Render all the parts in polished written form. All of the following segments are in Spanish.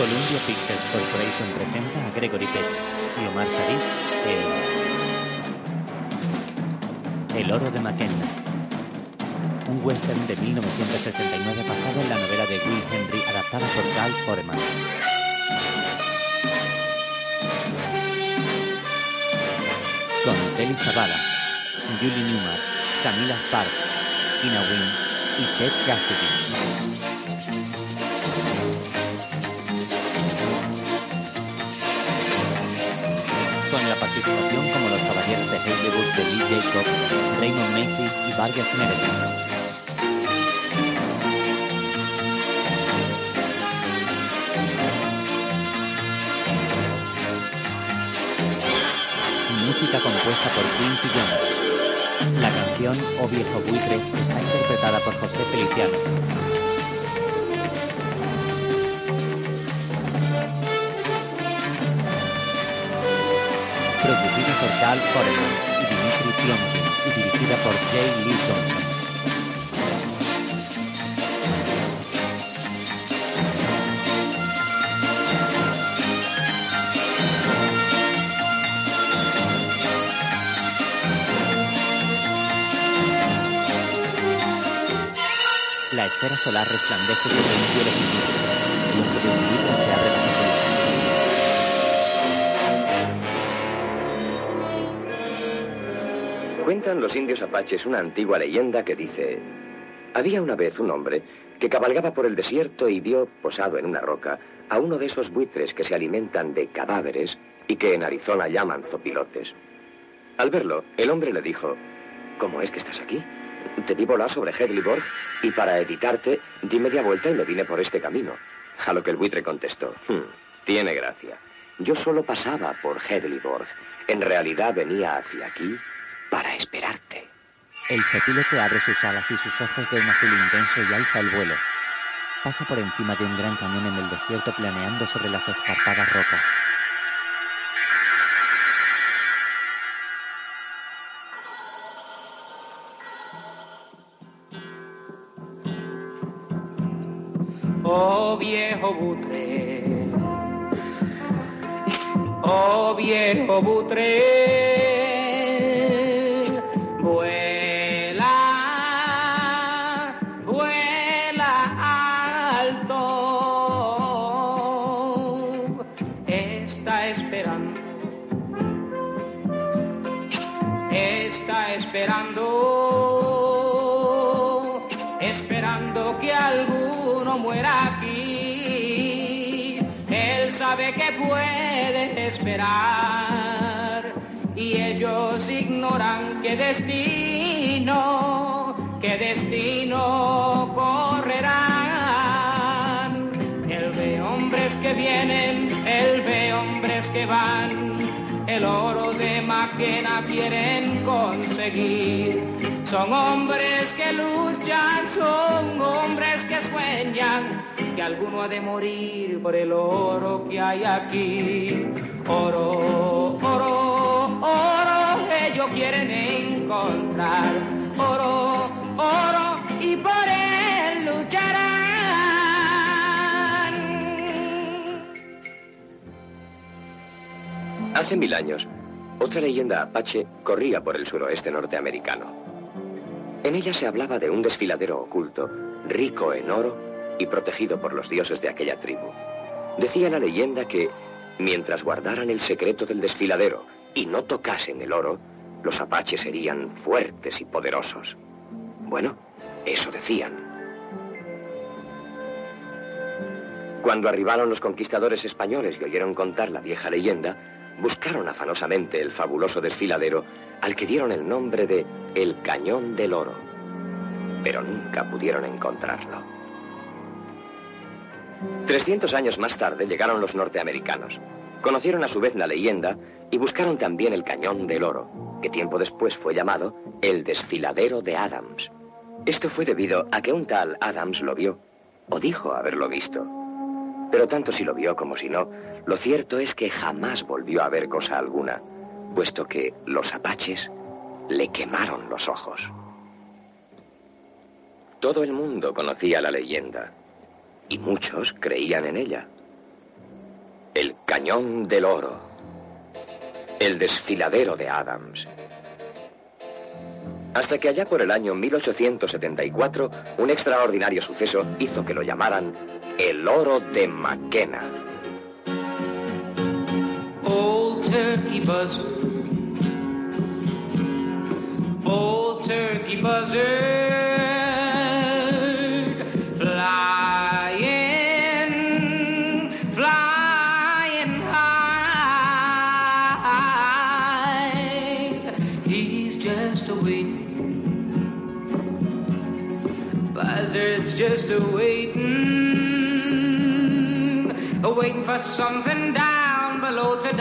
Columbia Pictures Corporation presenta a Gregory Peck y Omar Sharif El oro de Mackenna, un western de 1969 basado en la novela de Will Henry adaptada por Carl Foreman. Con Telly Savalas, Julie Newmar, Camilla Spark, Ina Wynn y Ted Cassidy. Con la participación como los caballeros de Hollywood de Lee Jacob, Raymond Macy y Vargas Meredith. Música compuesta por Quincy Jones. La canción "Oh viejo buitre" está interpretada por José Feliciano. Producida por Carl Foreman y Dimitri Tiomkin y dirigida por J. Lee Thompson. La esfera solar resplandece sobre un cielo sin nubes. El ojo de un buitre se abre bajo su luz. Cuentan los indios apaches una antigua leyenda que dice: había una vez un hombre que cabalgaba por el desierto y vio, posado en una roca, a uno de esos buitres que se alimentan de cadáveres y que en Arizona llaman zopilotes. Al verlo, el hombre le dijo: ¿cómo es que estás aquí? Te vi volar sobre Hedleyborg y para evitarte di media vuelta y me vine por este camino. A lo que el buitre contestó: tiene gracia. Yo solo pasaba por Hedleyborg. En realidad venía hacia aquí para esperarte. El zopilote abre sus alas y sus ojos de un azul intenso y alza el vuelo. Pasa por encima de un gran cañón en el desierto planeando sobre las escarpadas rocas. Oh viejo butre, oh viejo butre, vuela, vuela alto, está esperando, esperando que alguno muera aquí. Él sabe que puede esperar y ellos ignoran qué destino correrán. Él ve hombres que vienen, él ve hombres que van. El oro de Mackenna quieren conseguir. Son hombres que luchan, son hombres que sueñan, que alguno ha de morir por el oro que hay aquí. Oro, oro, oro, ellos quieren encontrar. Oro, oro, y por él lucharán. Hace 1000 años, otra leyenda apache corría por el suroeste norteamericano. En ella se hablaba de un desfiladero oculto, rico en oro y protegido por los dioses de aquella tribu. Decía la leyenda que, mientras guardaran el secreto del desfiladero y no tocasen el oro, los apaches serían fuertes y poderosos. Bueno, eso decían. Cuando arribaron los conquistadores españoles y oyeron contar la vieja leyenda, buscaron afanosamente el fabuloso desfiladero al que dieron el nombre de El Cañón del Oro, pero nunca pudieron encontrarlo. 300 años más tarde llegaron los norteamericanos. Conocieron a su vez la leyenda y buscaron también el Cañón del Oro, que tiempo después fue llamado el Desfiladero de Adams. Esto fue debido a que un tal Adams lo vio, o dijo haberlo visto. Pero tanto si lo vio como si no, lo cierto es que jamás volvió a ver cosa alguna, puesto que los apaches le quemaron los ojos. Todo el mundo conocía la leyenda, y muchos creían en ella. El Cañón del Oro. El desfiladero de Adams. Hasta que allá por el año 1874, un extraordinario suceso hizo que lo llamaran el Oro de Mackena. Old turkey buzzard, old turkey buzzard, flying, flying high. He's just a waiting, buzzard's just a waiting, waiting for something down below to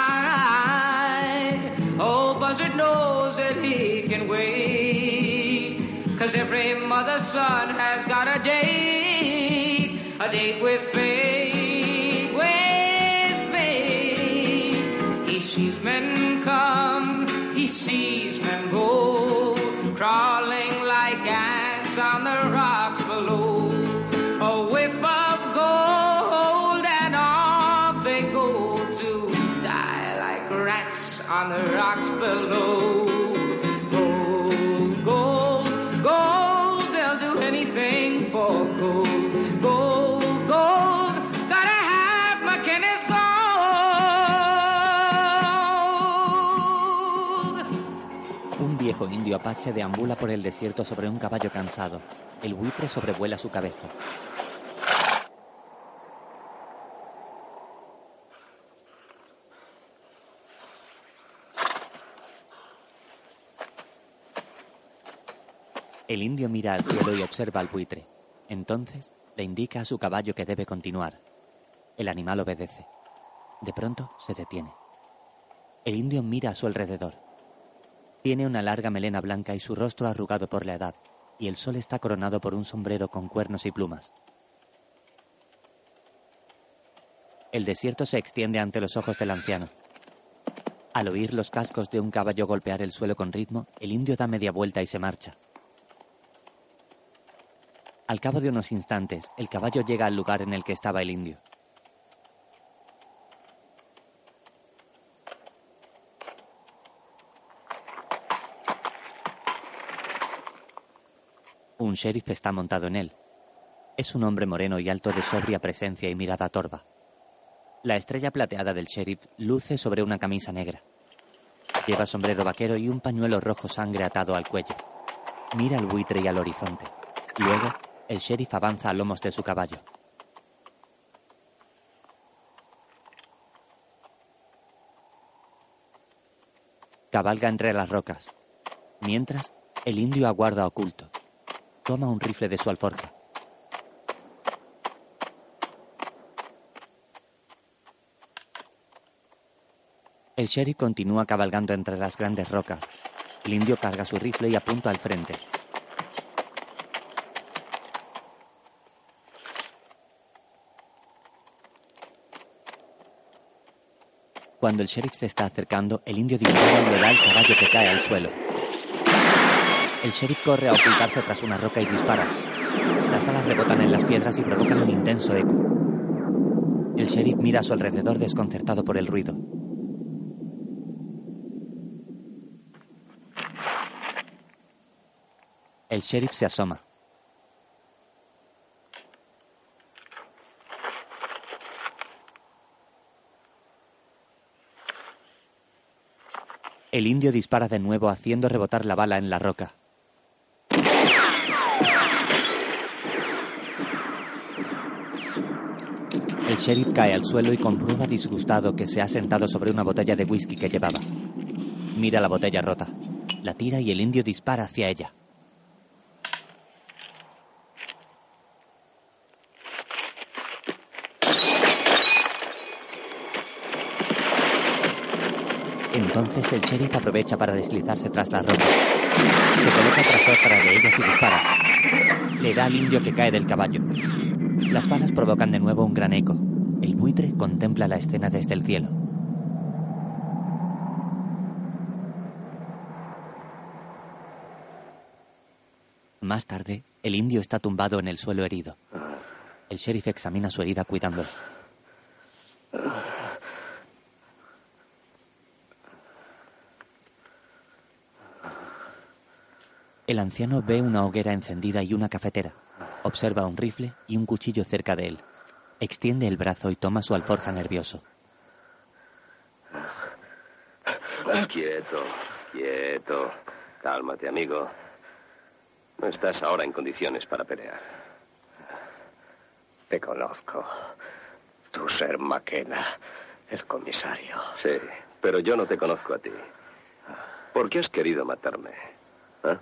die. Old buzzard knows that he can wait, 'cause every mother's son has got a date with fate, with fate. He sees men come, he sees men go, crawling like ants on the rocks below. A whiff of gold and off they go to die like rats on the rocks below. Gold, gold, gold, they'll do anything for gold. Gold, gold, gotta have McKenna's gold. Un viejo indio apache deambula por el desierto sobre un caballo cansado. El buitre sobrevuela su cabeza. El indio mira al cielo y observa al buitre. Entonces le indica a su caballo que debe continuar. El animal obedece. De pronto se detiene. El indio mira a su alrededor. Tiene una larga melena blanca y su rostro arrugado por la edad, y el sol está coronado por un sombrero con cuernos y plumas. El desierto se extiende ante los ojos del anciano. Al oír los cascos de un caballo golpear el suelo con ritmo, el indio da media vuelta y se marcha. Al cabo de unos instantes, el caballo llega al lugar en el que estaba el indio. Un sheriff está montado en él. Es un hombre moreno y alto de sobria presencia y mirada torva. La estrella plateada del sheriff luce sobre una camisa negra. Lleva sombrero vaquero y un pañuelo rojo sangre atado al cuello. Mira al buitre y al horizonte. Luego, el sheriff avanza a lomos de su caballo. Cabalga entre las rocas. Mientras, el indio aguarda oculto. Toma un rifle de su alforja. El sheriff continúa cabalgando entre las grandes rocas. El indio carga su rifle y apunta al frente. Cuando el sheriff se está acercando, el indio dispara y le da al caballo que cae al suelo. El sheriff corre a ocultarse tras una roca y dispara. Las balas rebotan en las piedras y provocan un intenso eco. El sheriff mira a su alrededor desconcertado por el ruido. El sheriff se asoma. El indio dispara de nuevo haciendo rebotar la bala en la roca. El sheriff cae al suelo y comprueba disgustado que se ha sentado sobre una botella de whisky que llevaba. Mira la botella rota. La tira y el indio dispara hacia ella. Entonces el sheriff aprovecha para deslizarse tras la roca. Se coloca tras otra de ellas y dispara. Le da al indio que cae del caballo. Las balas provocan de nuevo un gran eco. El buitre contempla la escena desde el cielo. Más tarde, el indio está tumbado en el suelo herido. El sheriff examina su herida cuidándola. El anciano ve una hoguera encendida y una cafetera. Observa un rifle y un cuchillo cerca de él. Extiende el brazo y toma su alforja nervioso. Quieto, quieto. Cálmate, amigo. No estás ahora en condiciones para pelear. Te conozco. Tú, Ser McKenna, el comisario. Sí, pero yo no te conozco a ti. ¿Por qué has querido matarme? ¿Eh?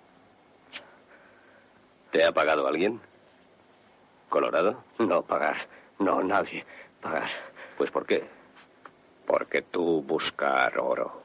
¿Te ha pagado alguien? ¿Colorado? No pagar. No, nadie. Pagar. Pues ¿por qué? Porque tú buscar oro.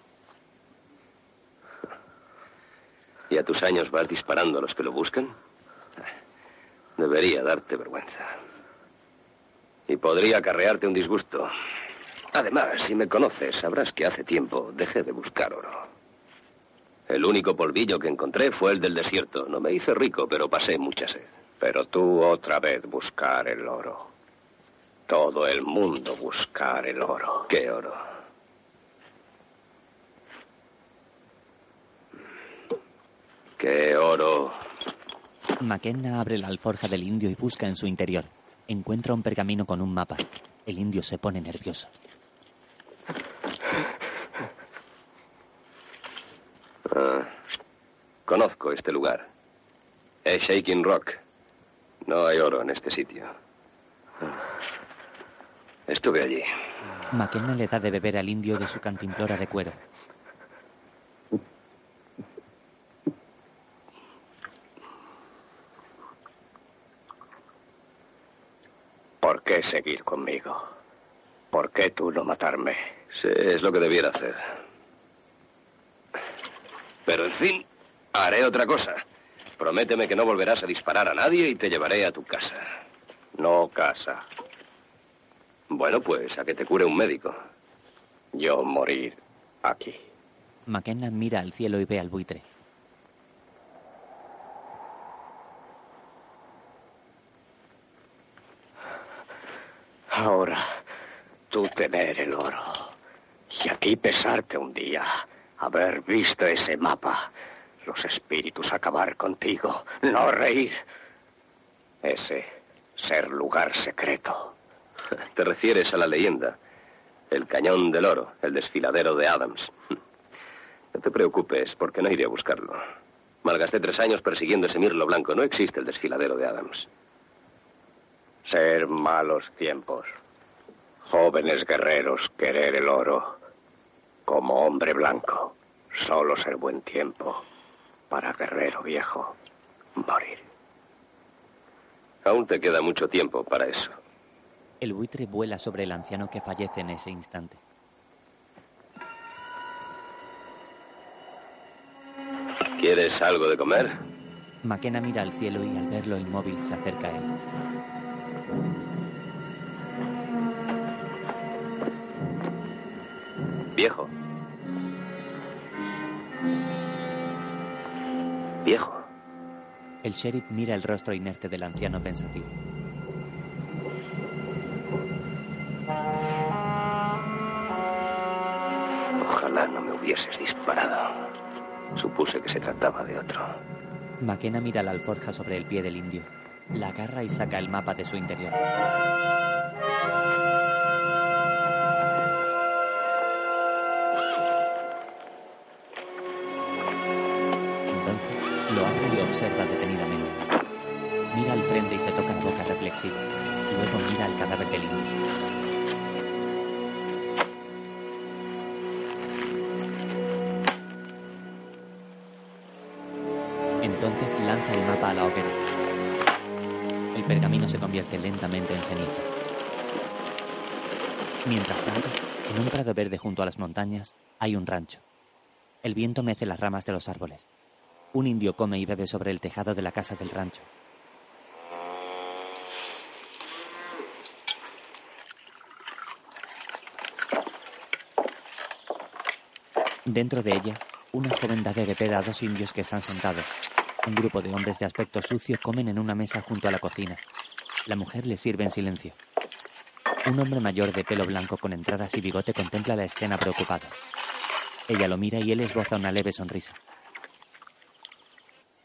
¿Y a tus años vas disparando a los que lo buscan? Debería darte vergüenza. Y podría acarrearte un disgusto. Además, si me conoces, sabrás que hace tiempo dejé de buscar oro. El único polvillo que encontré fue el del desierto. No me hice rico, pero pasé mucha sed. Pero tú otra vez buscar el oro. Todo el mundo buscar el oro. ¿Qué oro? ¿Qué oro? McKenna abre la alforja del indio y busca en su interior. Encuentra un pergamino con un mapa. El indio se pone nervioso. Conozco este lugar. Es Shaking Rock. No hay oro en este sitio. Estuve allí. McKenna le da de beber al indio de su cantimplora de cuero. ¿Por qué seguir conmigo? ¿Por qué tú no matarme? Sí, es lo que debiera hacer. Pero, en fin, haré otra cosa. Prométeme que no volverás a disparar a nadie y te llevaré a tu casa. No casa. Bueno, pues a que te cure un médico. Yo morir aquí. McKenna mira al cielo y ve al buitre. Ahora, tú tener el oro. Y a ti pesarte un día. Haber visto ese mapa. Los espíritus acabar contigo. No reír. Ese ser lugar secreto. Te refieres a la leyenda. El cañón del oro. El desfiladero de Adams. No te preocupes, porque no iré a buscarlo. Malgasté 3 años persiguiendo ese mirlo blanco. No existe el desfiladero de Adams. Ser malos tiempos. Jóvenes guerreros querer el oro. Como hombre blanco. Solo ser buen tiempo. Para guerrero viejo. Morir. Aún te queda mucho tiempo para eso. El buitre vuela sobre el anciano que fallece en ese instante. ¿Quieres algo de comer? McKenna mira al cielo y al verlo inmóvil se acerca a él. Viejo. Viejo. El sheriff mira el rostro inerte del anciano pensativo. Ojalá no me hubieses disparado. Supuse que se trataba de otro. McKenna mira la alforja sobre el pie del indio. La agarra y saca el mapa de su interior. Entonces lo abre y observa detenidamente. Mira al frente y se toca la boca reflexiva. Luego mira al cadáver del indio. Entonces lanza el mapa a la hoguera. El pergamino se convierte lentamente en cenizas. Mientras tanto, en un prado verde junto a las montañas, hay un rancho. El viento mece las ramas de los árboles. Un indio come y bebe sobre el tejado de la casa del rancho. Dentro de ella, una joven da de beber a 2 indios que están sentados. Un grupo de hombres de aspecto sucio comen en una mesa junto a la cocina. La mujer les sirve en silencio. Un hombre mayor de pelo blanco con entradas y bigote contempla la escena preocupado. Ella lo mira y él esboza una leve sonrisa.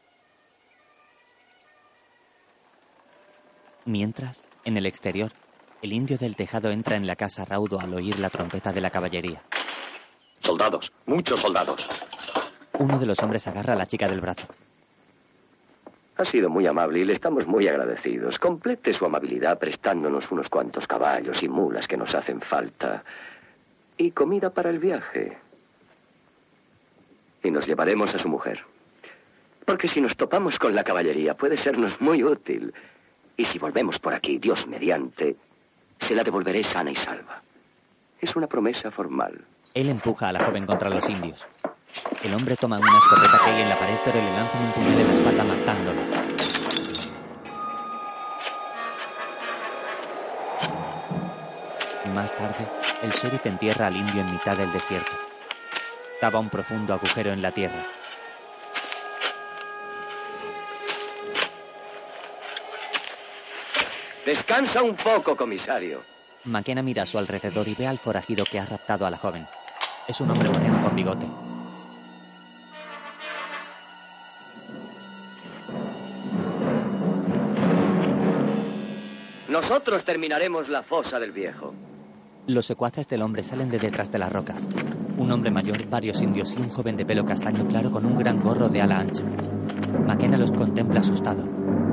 Mientras, en el exterior, el indio del tejado entra en la casa raudo al oír la trompeta de la caballería. Soldados, muchos soldados. Uno de los hombres agarra a la chica del brazo. Ha sido muy amable y le estamos muy agradecidos. Complete su amabilidad prestándonos unos cuantos caballos y mulas que nos hacen falta. Y comida para el viaje. Y nos llevaremos a su mujer. Porque si nos topamos con la caballería puede sernos muy útil. Y si volvemos por aquí, Dios mediante, se la devolveré sana y salva. Es una promesa formal. Él empuja a la joven contra los indios. El hombre toma una escopeta que hay en la pared, pero le lanzan un puñal en la espalda matándola. Más tarde, el sheriff entierra al indio en mitad del desierto. Cava un profundo agujero en la tierra. Descansa un poco, comisario. McKenna mira a su alrededor y ve al forajido que ha raptado a la joven. Es un hombre moreno con bigote. Nosotros terminaremos la fosa del viejo. Los secuaces del hombre salen de detrás de las rocas. Un hombre mayor, varios indios y un joven de pelo castaño claro con un gran gorro de ala ancha. McKenna los contempla asustado.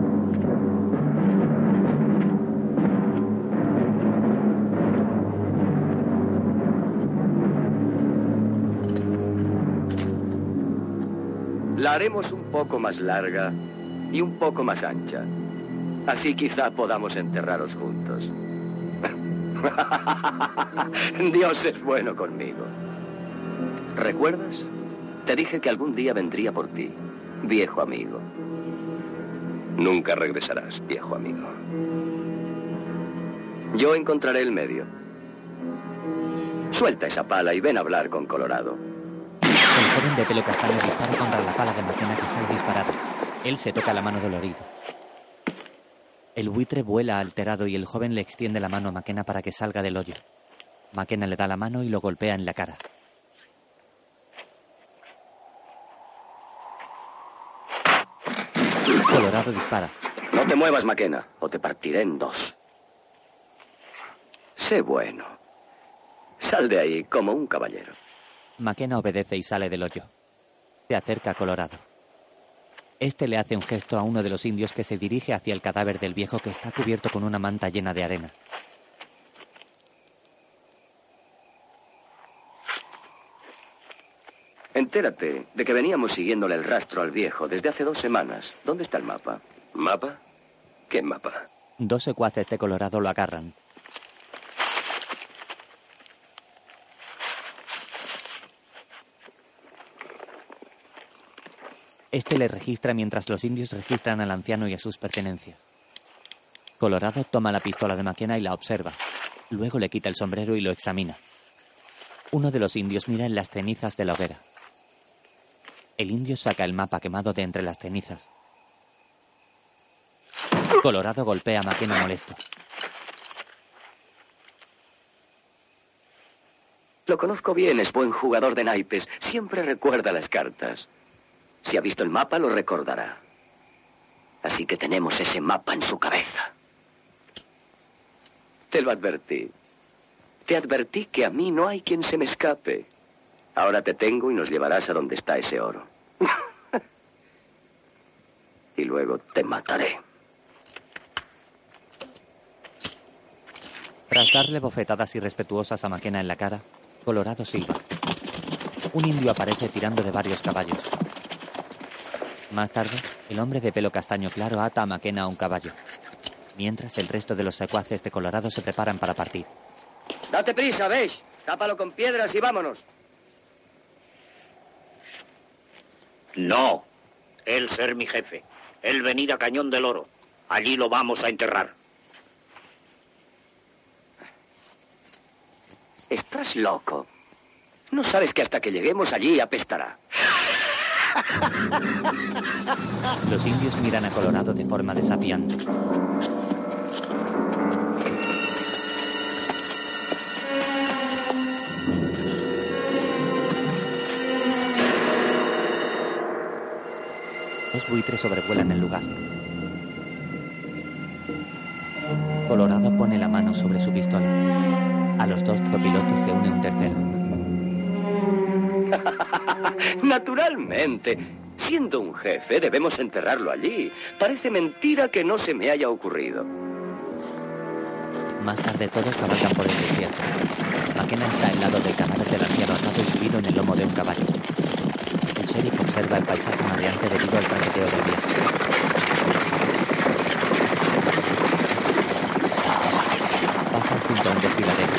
La haremos un poco más larga y un poco más ancha. Así quizá podamos enterraros juntos. Dios es bueno conmigo. ¿Recuerdas? Te dije que algún día vendría por ti, viejo amigo. Nunca regresarás, viejo amigo. Yo encontraré el medio. Suelta esa pala y ven a hablar con Colorado. El joven de pelo castaño dispara contra la pala de McKenna que sale disparada. Él se toca la mano dolorido. El buitre vuela alterado y el joven le extiende la mano a McKenna para que salga del hoyo. McKenna le da la mano y lo golpea en la cara. Colorado dispara. No te muevas, McKenna, o te partiré en dos. Sé bueno. Sal de ahí como un caballero. McKenna obedece y sale del hoyo. Se acerca a Colorado. Este le hace un gesto a uno de los indios que se dirige hacia el cadáver del viejo que está cubierto con una manta llena de arena. Entérate de que veníamos siguiéndole el rastro al viejo desde hace 2 semanas. ¿Dónde está el mapa? ¿Mapa? ¿Qué mapa? 2 secuaces de Colorado lo agarran. Este le registra mientras los indios registran al anciano y a sus pertenencias. Colorado toma la pistola de McKenna y la observa. Luego le quita el sombrero y lo examina. Uno de los indios mira en las cenizas de la hoguera. El indio saca el mapa quemado de entre las cenizas. Colorado golpea a McKenna molesto. Lo conozco bien, es buen jugador de naipes. Siempre recuerda las cartas. Si ha visto el mapa, lo recordará. Así que tenemos ese mapa en su cabeza. Te lo advertí. Te advertí que a mí no hay quien se me escape. Ahora te tengo y nos llevarás a donde está ese oro. Y luego te mataré. Tras darle bofetadas irrespetuosas a McKenna en la cara, Colorado silba. Un indio aparece tirando de varios caballos. Más tarde, el hombre de pelo castaño claro ata a McKenna a un caballo. Mientras, el resto de los secuaces de Colorado se preparan para partir. Date prisa, ¿ves? Tápalo con piedras y vámonos. No. Él ser mi jefe. Él venir a Cañón del Oro. Allí lo vamos a enterrar. Estás loco. ¿No sabes que hasta que lleguemos allí apestará? Los indios miran a Colorado de forma desafiante. Los buitres sobrevuelan el lugar. Colorado pone la mano sobre su pistola. A los dos zopilotes se une un tercero. Naturalmente. Siendo un jefe, debemos enterrarlo allí. Parece mentira que no se me haya ocurrido. Más tarde todos cabalgan por el desierto. McKenna está al lado del cadáver del anciano atado y subido en el lomo de un caballo. El sheriff observa el paisaje mareante debido al traqueteo del viento. Pasan junto a un desfiladero.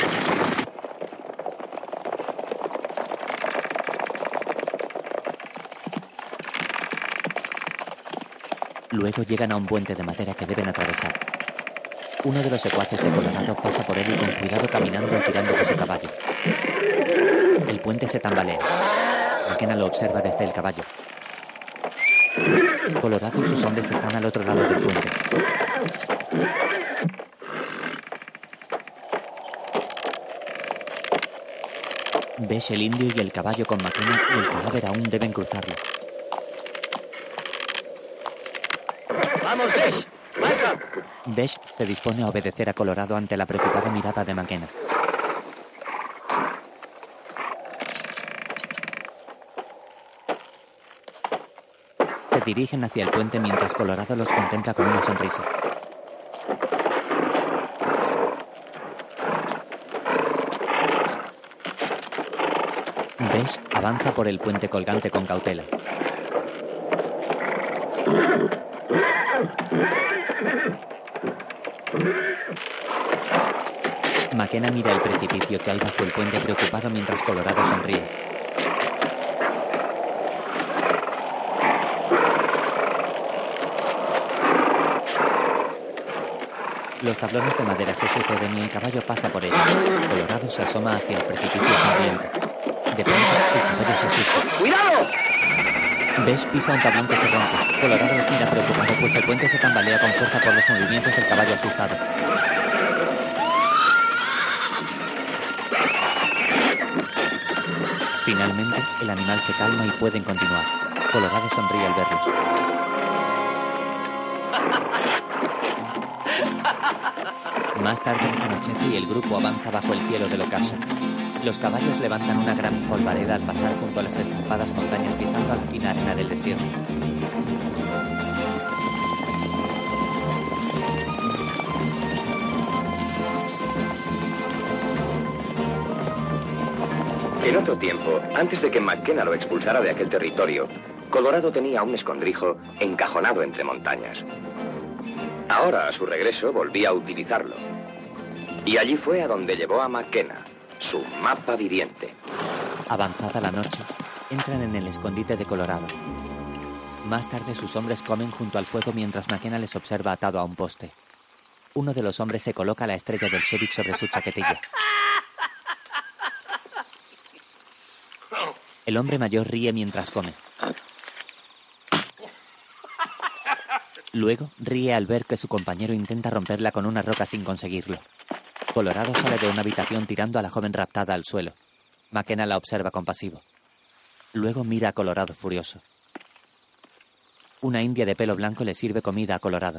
Luego llegan a un puente de madera que deben atravesar. Uno de los secuaces de Colorado pasa por él y con cuidado caminando y tirando de su caballo. El puente se tambalea. McKenna lo observa desde el caballo. Colorado y sus hombres están al otro lado del puente. Ves el indio y el caballo con McKenna y el cadáver aún deben cruzarlo. ¡Vamos, Desh! ¡Pasa! Desh se dispone a obedecer a Colorado ante la preocupada mirada de McKenna. Se dirigen hacia el puente mientras Colorado los contempla con una sonrisa. Desh avanza por el puente colgante con cautela. McKenna mira el precipicio que hay bajo el puente preocupado mientras Colorado sonríe. Los tablones de madera se suceden y el caballo pasa por ellos. Colorado se asoma hacia el precipicio sonriente. De pronto, el caballo se asusta. ¡Cuidado! Desh pisa un tablón que se rompe. Colorado los mira preocupado, pues el puente se tambalea con fuerza por los movimientos del caballo asustado. Finalmente, el animal se calma y pueden continuar. Colorado sonríe al verlos. Más tarde anochece y el grupo avanza bajo el cielo del ocaso. Los caballos levantan una gran polvareda al pasar junto a las escarpadas montañas pisando a la fina arena del desierto. En otro tiempo, antes de que McKenna lo expulsara de aquel territorio, Colorado tenía un escondrijo encajonado entre montañas. Ahora, a su regreso, volvía a utilizarlo. Y allí fue a donde llevó a McKenna, su mapa viviente. Avanzada la noche, entran en el escondite de Colorado. Más tarde sus hombres comen junto al fuego mientras McKenna les observa atado a un poste. Uno de los hombres se coloca la estrella del sheriff sobre su chaquetilla. El hombre mayor ríe mientras come. Luego ríe al ver que su compañero intenta romperla con una roca sin conseguirlo. Colorado sale de una habitación tirando a la joven raptada al suelo. McKenna la observa compasivo. Luego mira a Colorado furioso. Una india de pelo blanco le sirve comida a Colorado.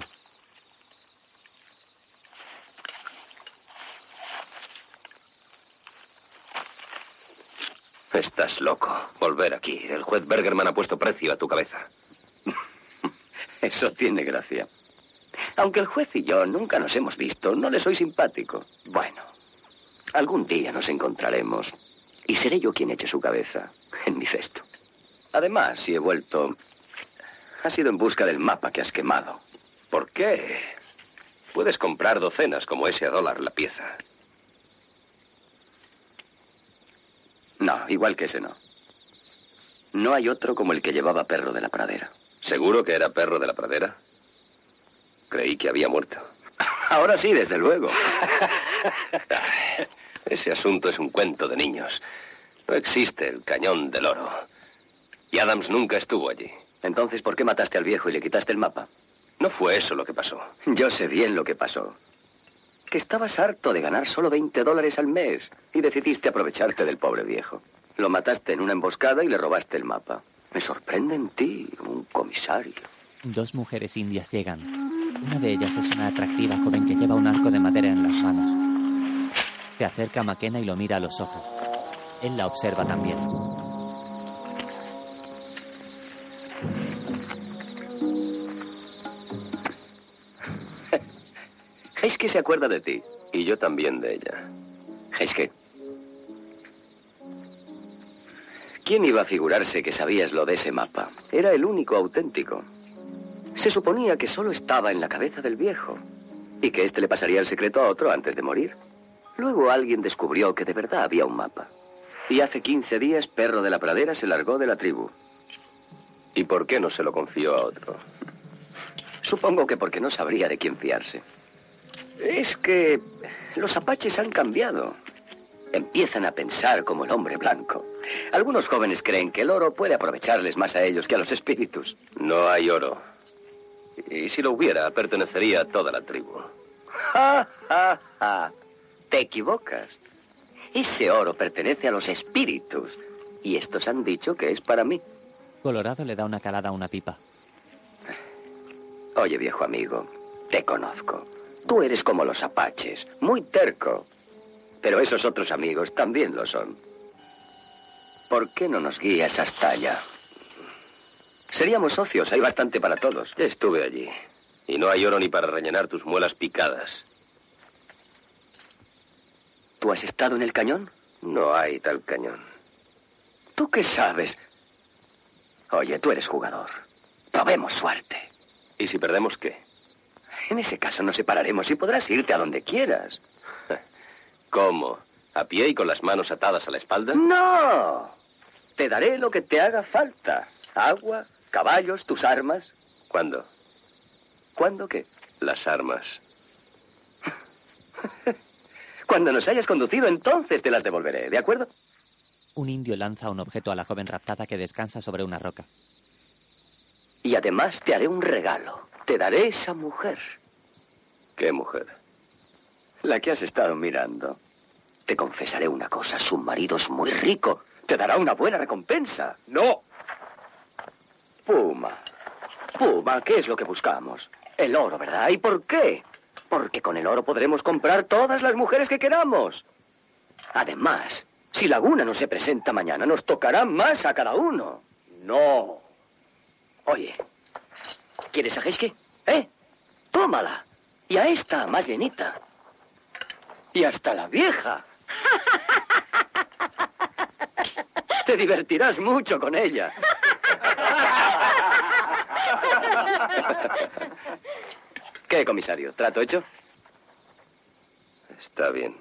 Estás loco. Volver aquí. El juez Bergerman ha puesto precio a tu cabeza. Eso tiene gracia. Aunque el juez y yo nunca nos hemos visto, no le soy simpático. Bueno, algún día nos encontraremos y seré yo quien eche su cabeza en mi cesto. Además, si he vuelto, ha sido en busca del mapa que has quemado. ¿Por qué? Puedes comprar docenas como ese $1 la pieza. No, igual que ese no. No hay otro como el que llevaba Perro de la Pradera. ¿Seguro que era Perro de la Pradera? Creí que había muerto. Ahora sí, desde luego. Ese asunto es un cuento de niños. No existe el Cañón del Oro. Y Adams nunca estuvo allí. Entonces, ¿por qué mataste al viejo y le quitaste el mapa? No fue eso lo que pasó. Yo sé bien lo que pasó. Que estabas harto de ganar solo $20 al mes y decidiste aprovecharte del pobre viejo. Lo mataste en una emboscada y le robaste el mapa. Me sorprende en ti, un comisario. 2 mujeres indias llegan. Una de ellas es una atractiva joven que lleva un arco de madera en las manos. Se acerca a McKenna y lo mira a los ojos. Él la observa también. Heiske se acuerda de ti. Y yo también de ella. Heiske. ¿Quién iba a figurarse que sabías lo de ese mapa? Era el único auténtico. Se suponía que solo estaba en la cabeza del viejo y que éste le pasaría el secreto a otro antes de morir. Luego alguien descubrió que de verdad había un mapa. Y hace 15 días, Perro de la Pradera se largó de la tribu. ¿Y por qué no se lo confió a otro? Supongo que porque no sabría de quién fiarse. Es que los apaches han cambiado. Empiezan a pensar como el hombre blanco. Algunos jóvenes creen que el oro puede aprovecharles más a ellos que a los espíritus. No hay oro. Y si lo hubiera, pertenecería a toda la tribu. ¡Ja, ja, ja! Te equivocas. Ese oro pertenece a los espíritus. Y estos han dicho que es para mí. Colorado le da una calada a una pipa. Oye, viejo amigo, te conozco. Tú eres como los apaches, muy terco. Pero esos otros amigos también lo son. ¿Por qué no nos guías hasta allá? Seríamos socios, hay bastante para todos. Ya estuve allí. Y no hay oro ni para rellenar tus muelas picadas. ¿Tú has estado en el cañón? No hay tal cañón. ¿Tú qué sabes? Oye, tú eres jugador. Probemos suerte. ¿Y si perdemos qué? En ese caso nos separaremos y podrás irte a donde quieras. ¿Cómo? ¿A pie y con las manos atadas a la espalda? ¡No! Te daré lo que te haga falta. Agua, caballos, tus armas. ¿Cuándo? ¿Cuándo qué? Las armas. Cuando nos hayas conducido, entonces te las devolveré, ¿de acuerdo? Un indio lanza un objeto a la joven raptada que descansa sobre una roca. Y además te haré un regalo. Te daré esa mujer. ¿Qué mujer? La que has estado mirando. Te confesaré una cosa. Su marido es muy rico. Te dará una buena recompensa. ¡No! Puma. Puma, ¿qué es lo que buscamos? El oro, ¿verdad? ¿Y por qué? Porque con el oro podremos comprar todas las mujeres que queramos. Además, si Laguna no se presenta mañana, nos tocará más a cada uno. No. Oye, ¿quieres a Heiske? Tómala. Y a esta, más llenita. Y hasta la vieja. Te divertirás mucho con ella. ¿Qué, comisario? ¿Trato hecho? Está bien.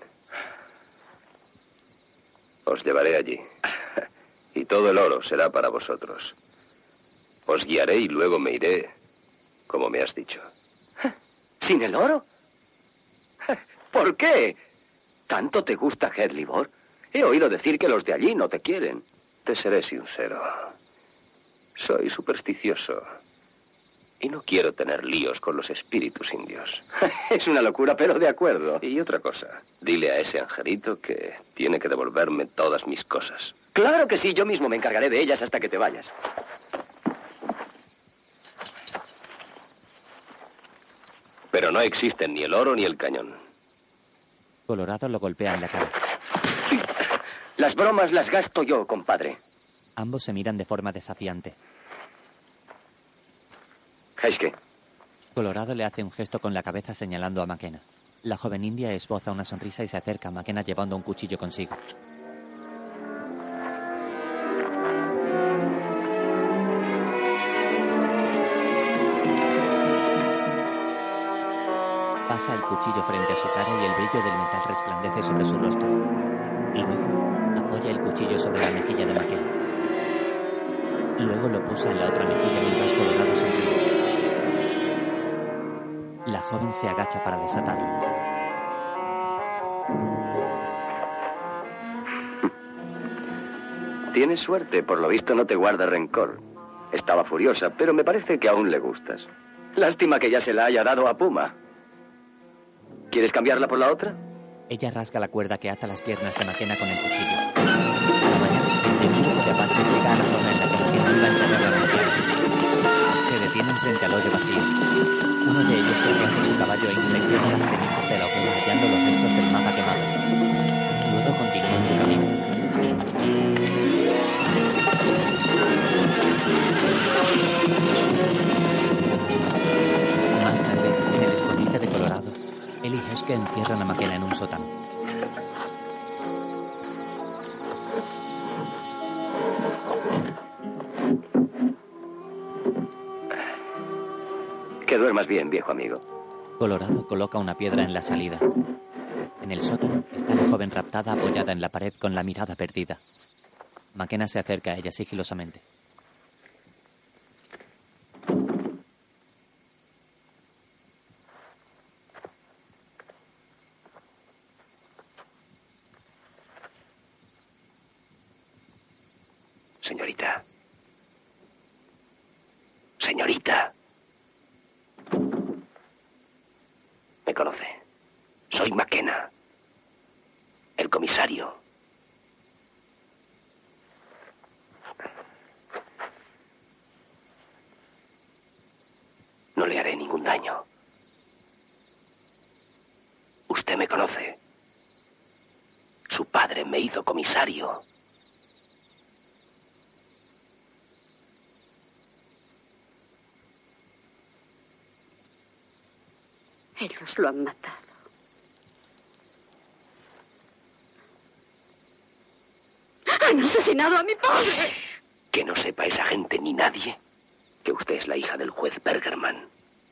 Os llevaré allí. Y todo el oro será para vosotros. Os guiaré y luego me iré, como me has dicho. ¿Sin el oro? ¿Por qué? ¿Tanto te gusta Hedlibor? He oído decir que los de allí no te quieren. Te seré sincero. Soy supersticioso. Y no quiero tener líos con los espíritus indios. Es una locura, pero de acuerdo. Y otra cosa. Dile a ese angelito que tiene que devolverme todas mis cosas. Claro que sí, yo mismo me encargaré de ellas hasta que te vayas. Pero no existen ni el oro ni el cañón. Colorado lo golpea en la cara. Las bromas las gasto yo, compadre. Ambos se miran de forma desafiante. Heiske. Colorado le hace un gesto con la cabeza señalando a McKenna. La joven india esboza una sonrisa y se acerca a McKenna llevando un cuchillo consigo. Pasa el cuchillo frente a su cara y el brillo del metal resplandece sobre su rostro. Luego apoya el cuchillo sobre la mejilla de McKenna. Luego lo posa en la otra mejilla mientras Colorado sonríe. La joven se agacha para desatarlo. Tienes suerte, por lo visto no te guarda rencor. Estaba furiosa, pero me parece que aún le gustas. Lástima que ya se la haya dado a Puma. ¿Quieres cambiarla por la otra? Ella rasga la cuerda que ata las piernas de McKenna con el cuchillo. A la mañana siguiente, un grupo de apaches llega a la zona en la que McKenna iba a enterrar a la mujer. Se detienen frente al hoyo vacío. Uno Uno de ellos se acerca a su caballo e inspecciona las cenizas de la hoguera hallando los restos del mapa quemado. Luego continúa su camino. Más tarde, en el escondite de Colorado, él y Hesketh encierran a McKenna en un sótano. Que duermas bien, viejo amigo. Colorado coloca una piedra en la salida. En el sótano está la joven raptada apoyada en la pared con la mirada perdida. McKenna se acerca a ella sigilosamente. Señorita. Señorita. Me conoce. Soy McKenna. El comisario. No le haré ningún daño. Usted me conoce. Su padre me hizo comisario. Ellos lo han matado. ¡Han asesinado a mi padre! Que no sepa esa gente ni nadie que usted es la hija del juez Bergerman.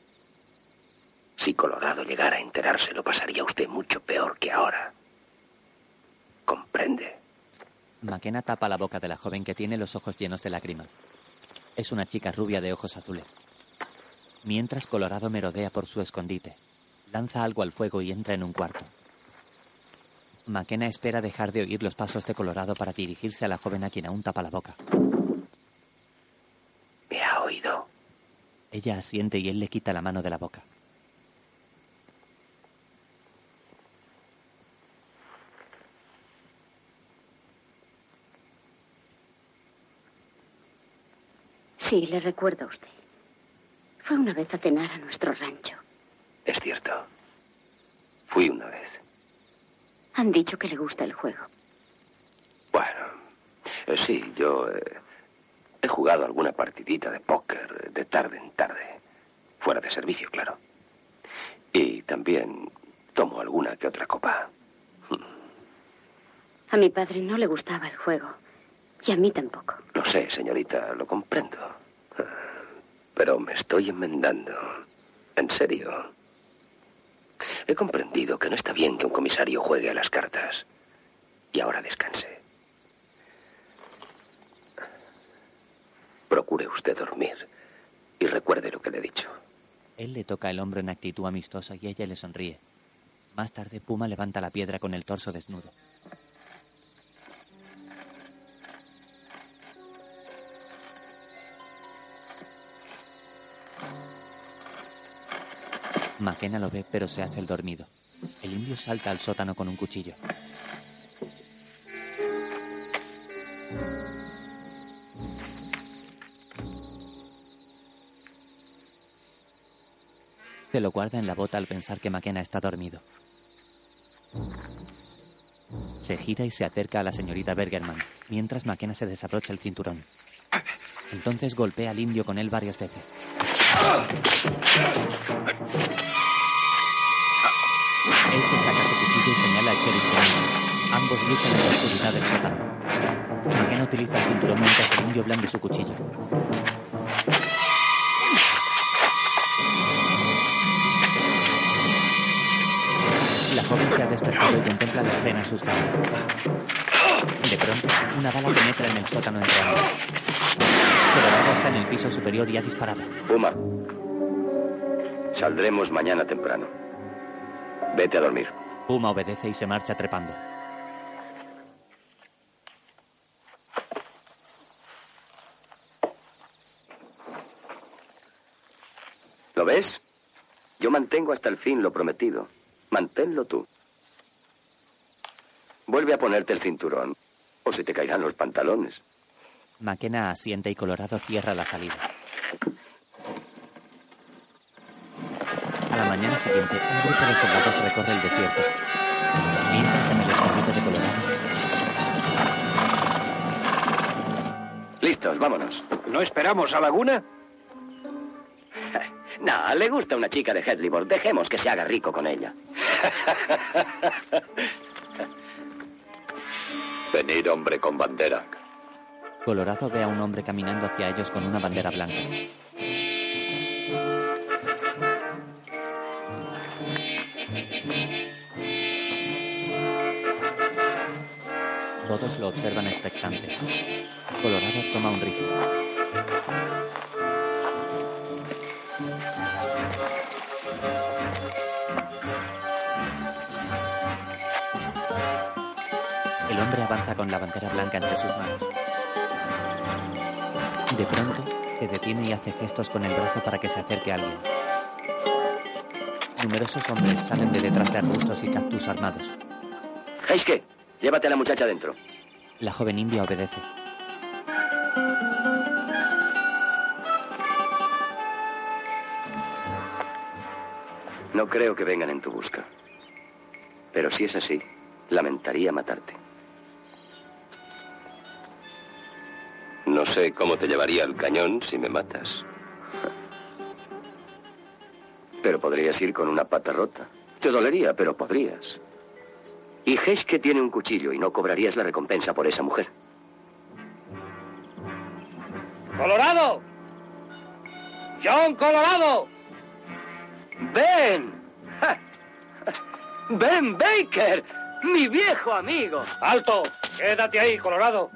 Si Colorado llegara a enterarse, lo pasaría usted mucho peor que ahora. ¿Comprende? McKenna tapa la boca de la joven que tiene los ojos llenos de lágrimas. Es una chica rubia de ojos azules. Mientras Colorado merodea por su escondite, lanza algo al fuego y entra en un cuarto. McKenna espera dejar de oír los pasos de Colorado para dirigirse a la joven a quien aún tapa la boca. ¿Me ha oído? Ella asiente y él le quita la mano de la boca. Sí, le recuerdo a usted. Fue una vez a cenar a nuestro rancho. Es cierto. Fui una vez. Han dicho que le gusta el juego. Bueno, sí, yo he jugado alguna partidita de póker de tarde en tarde. Fuera de servicio, claro. Y también tomo alguna que otra copa. A mi padre no le gustaba el juego. Y a mí tampoco. Lo sé, señorita, lo comprendo. Pero me estoy enmendando. En serio. He comprendido que no está bien que un comisario juegue a las cartas. Y ahora descanse. Procure usted dormir. Y recuerde lo que le he dicho. Él le toca el hombro en actitud amistosa y ella le sonríe. Más tarde, Puma levanta la piedra con el torso desnudo. McKenna lo ve, pero se hace el dormido. El indio salta al sótano con un cuchillo. Se lo guarda en la bota al pensar que McKenna está dormido. Se gira y se acerca a la señorita Bergerman, mientras McKenna se desabrocha el cinturón. Entonces golpea al indio con él varias veces. Este saca su cuchillo y señala al sheriff conmigo. Ambos luchan en la oscuridad del sótano. McKenna utiliza el cinturón mientras el indio blande su cuchillo. La joven se ha despertado y contempla la escena asustada. De pronto, una bala penetra en el sótano entre ambos. Colorado está en el piso superior y ha disparado. Puma, saldremos mañana temprano. Vete a dormir. Puma obedece y se marcha trepando. ¿Lo ves? Yo mantengo hasta el fin lo prometido. Manténlo tú. Vuelve a ponerte el cinturón, o se te caerán los pantalones. McKenna asiente y Colorado cierra la salida. mañana siguiente, un grupo de soldados recorre el desierto. Mientras, en el escondite de Colorado... Listos, vámonos. ¿No esperamos a Laguna? No, le gusta una chica de Hedlibor. Dejemos que se haga rico con ella. Venid, hombre con bandera. Colorado ve a un hombre caminando hacia ellos con una bandera blanca. Todos lo observan expectantes. Colorado toma un rifle. El hombre avanza con la bandera blanca entre sus manos. De pronto, se detiene y hace gestos con el brazo para que se acerque a alguien. Numerosos hombres salen de detrás de arbustos y cactus armados. Heiske, llévate a la muchacha dentro. La joven india obedece. No creo que vengan en tu busca. Pero si es así, lamentaría matarte. No sé cómo te llevaría el cañón si me matas. Pero podrías ir con una pata rota. Te dolería, pero podrías. Y Heiske tiene un cuchillo y no cobrarías la recompensa por esa mujer. ¡Colorado! ¡John Colorado! ¡Ben! ¡Ja! ¡Ben Baker! ¡Mi viejo amigo! ¡Alto! Quédate ahí, Colorado.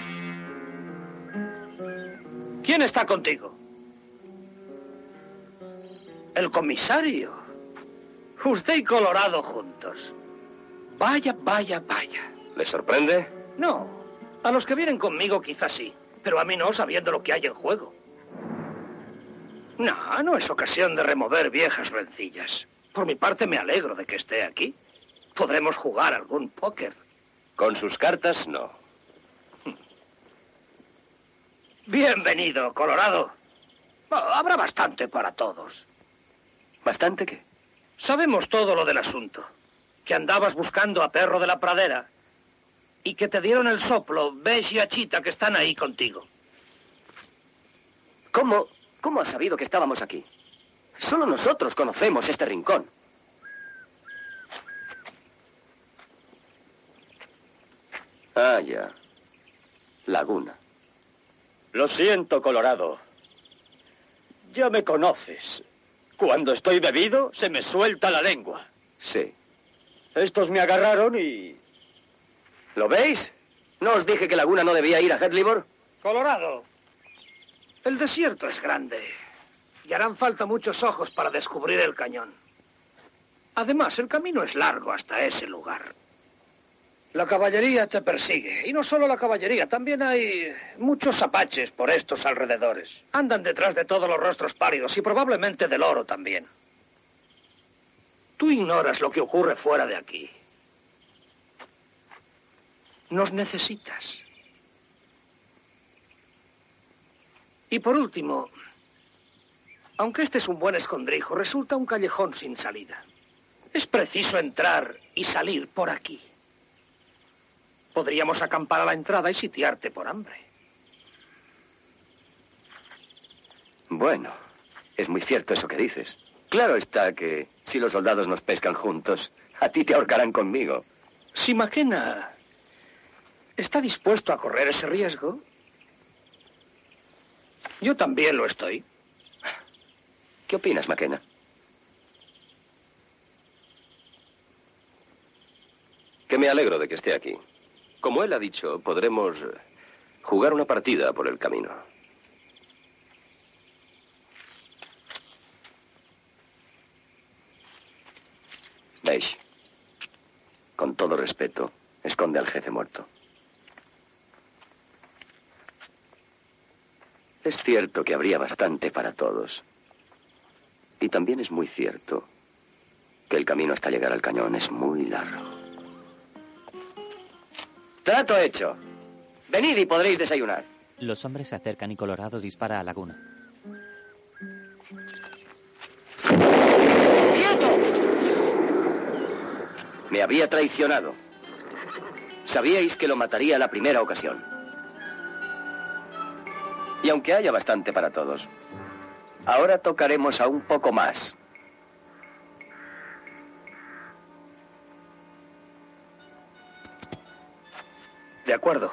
¿Quién está contigo? El comisario. Usted y Colorado juntos. Vaya, vaya, vaya. ¿Le sorprende? No. A los que vienen conmigo quizás sí. Pero a mí no, sabiendo lo que hay en juego. No, no es ocasión de remover viejas rencillas. Por mi parte me alegro de que esté aquí. Podremos jugar algún póker. Con sus cartas, no. Bienvenido, Colorado. Habrá bastante para todos. ¿Bastante qué? Sabemos todo lo del asunto. Que andabas buscando a Perro de la Pradera y que te dieron el soplo Besh y Achita que están ahí contigo. ¿Cómo has sabido que estábamos aquí? Solo nosotros conocemos este rincón. Ah, ya. Laguna. Lo siento, Colorado. Ya me conoces. Cuando estoy bebido, se me suelta la lengua. Sí. Estos me agarraron y... ¿Lo veis? ¿No os dije que Laguna no debía ir a Hedlibor? Colorado, el desierto es grande y harán falta muchos ojos para descubrir el cañón. Además, el camino es largo hasta ese lugar. La caballería te persigue. Y no solo la caballería, también hay muchos apaches por estos alrededores. Andan detrás de todos los rostros pálidos y probablemente del oro también. Tú ignoras lo que ocurre fuera de aquí. Nos necesitas. Y por último, aunque este es un buen escondrijo, resulta un callejón sin salida. Es preciso entrar y salir por aquí. Podríamos acampar a la entrada y sitiarte por hambre. Bueno, es muy cierto eso que dices. Claro está que si los soldados nos pescan juntos, a ti te ahorcarán conmigo. Si McKenna está dispuesto a correr ese riesgo, yo también lo estoy. ¿Qué opinas, McKenna? Que me alegro de que esté aquí. Como él ha dicho, podremos jugar una partida por el camino. Besh, con todo respeto, esconde al jefe muerto. Es cierto que habría bastante para todos. Y también es muy cierto que el camino hasta llegar al cañón es muy largo. ¡Trato hecho! Venid y podréis desayunar. Los hombres se acercan y Colorado dispara a Laguna. ¡Quieto! Me había traicionado. Sabíais que lo mataría a la primera ocasión. Y aunque haya bastante para todos, ahora tocaremos a un poco más. De acuerdo.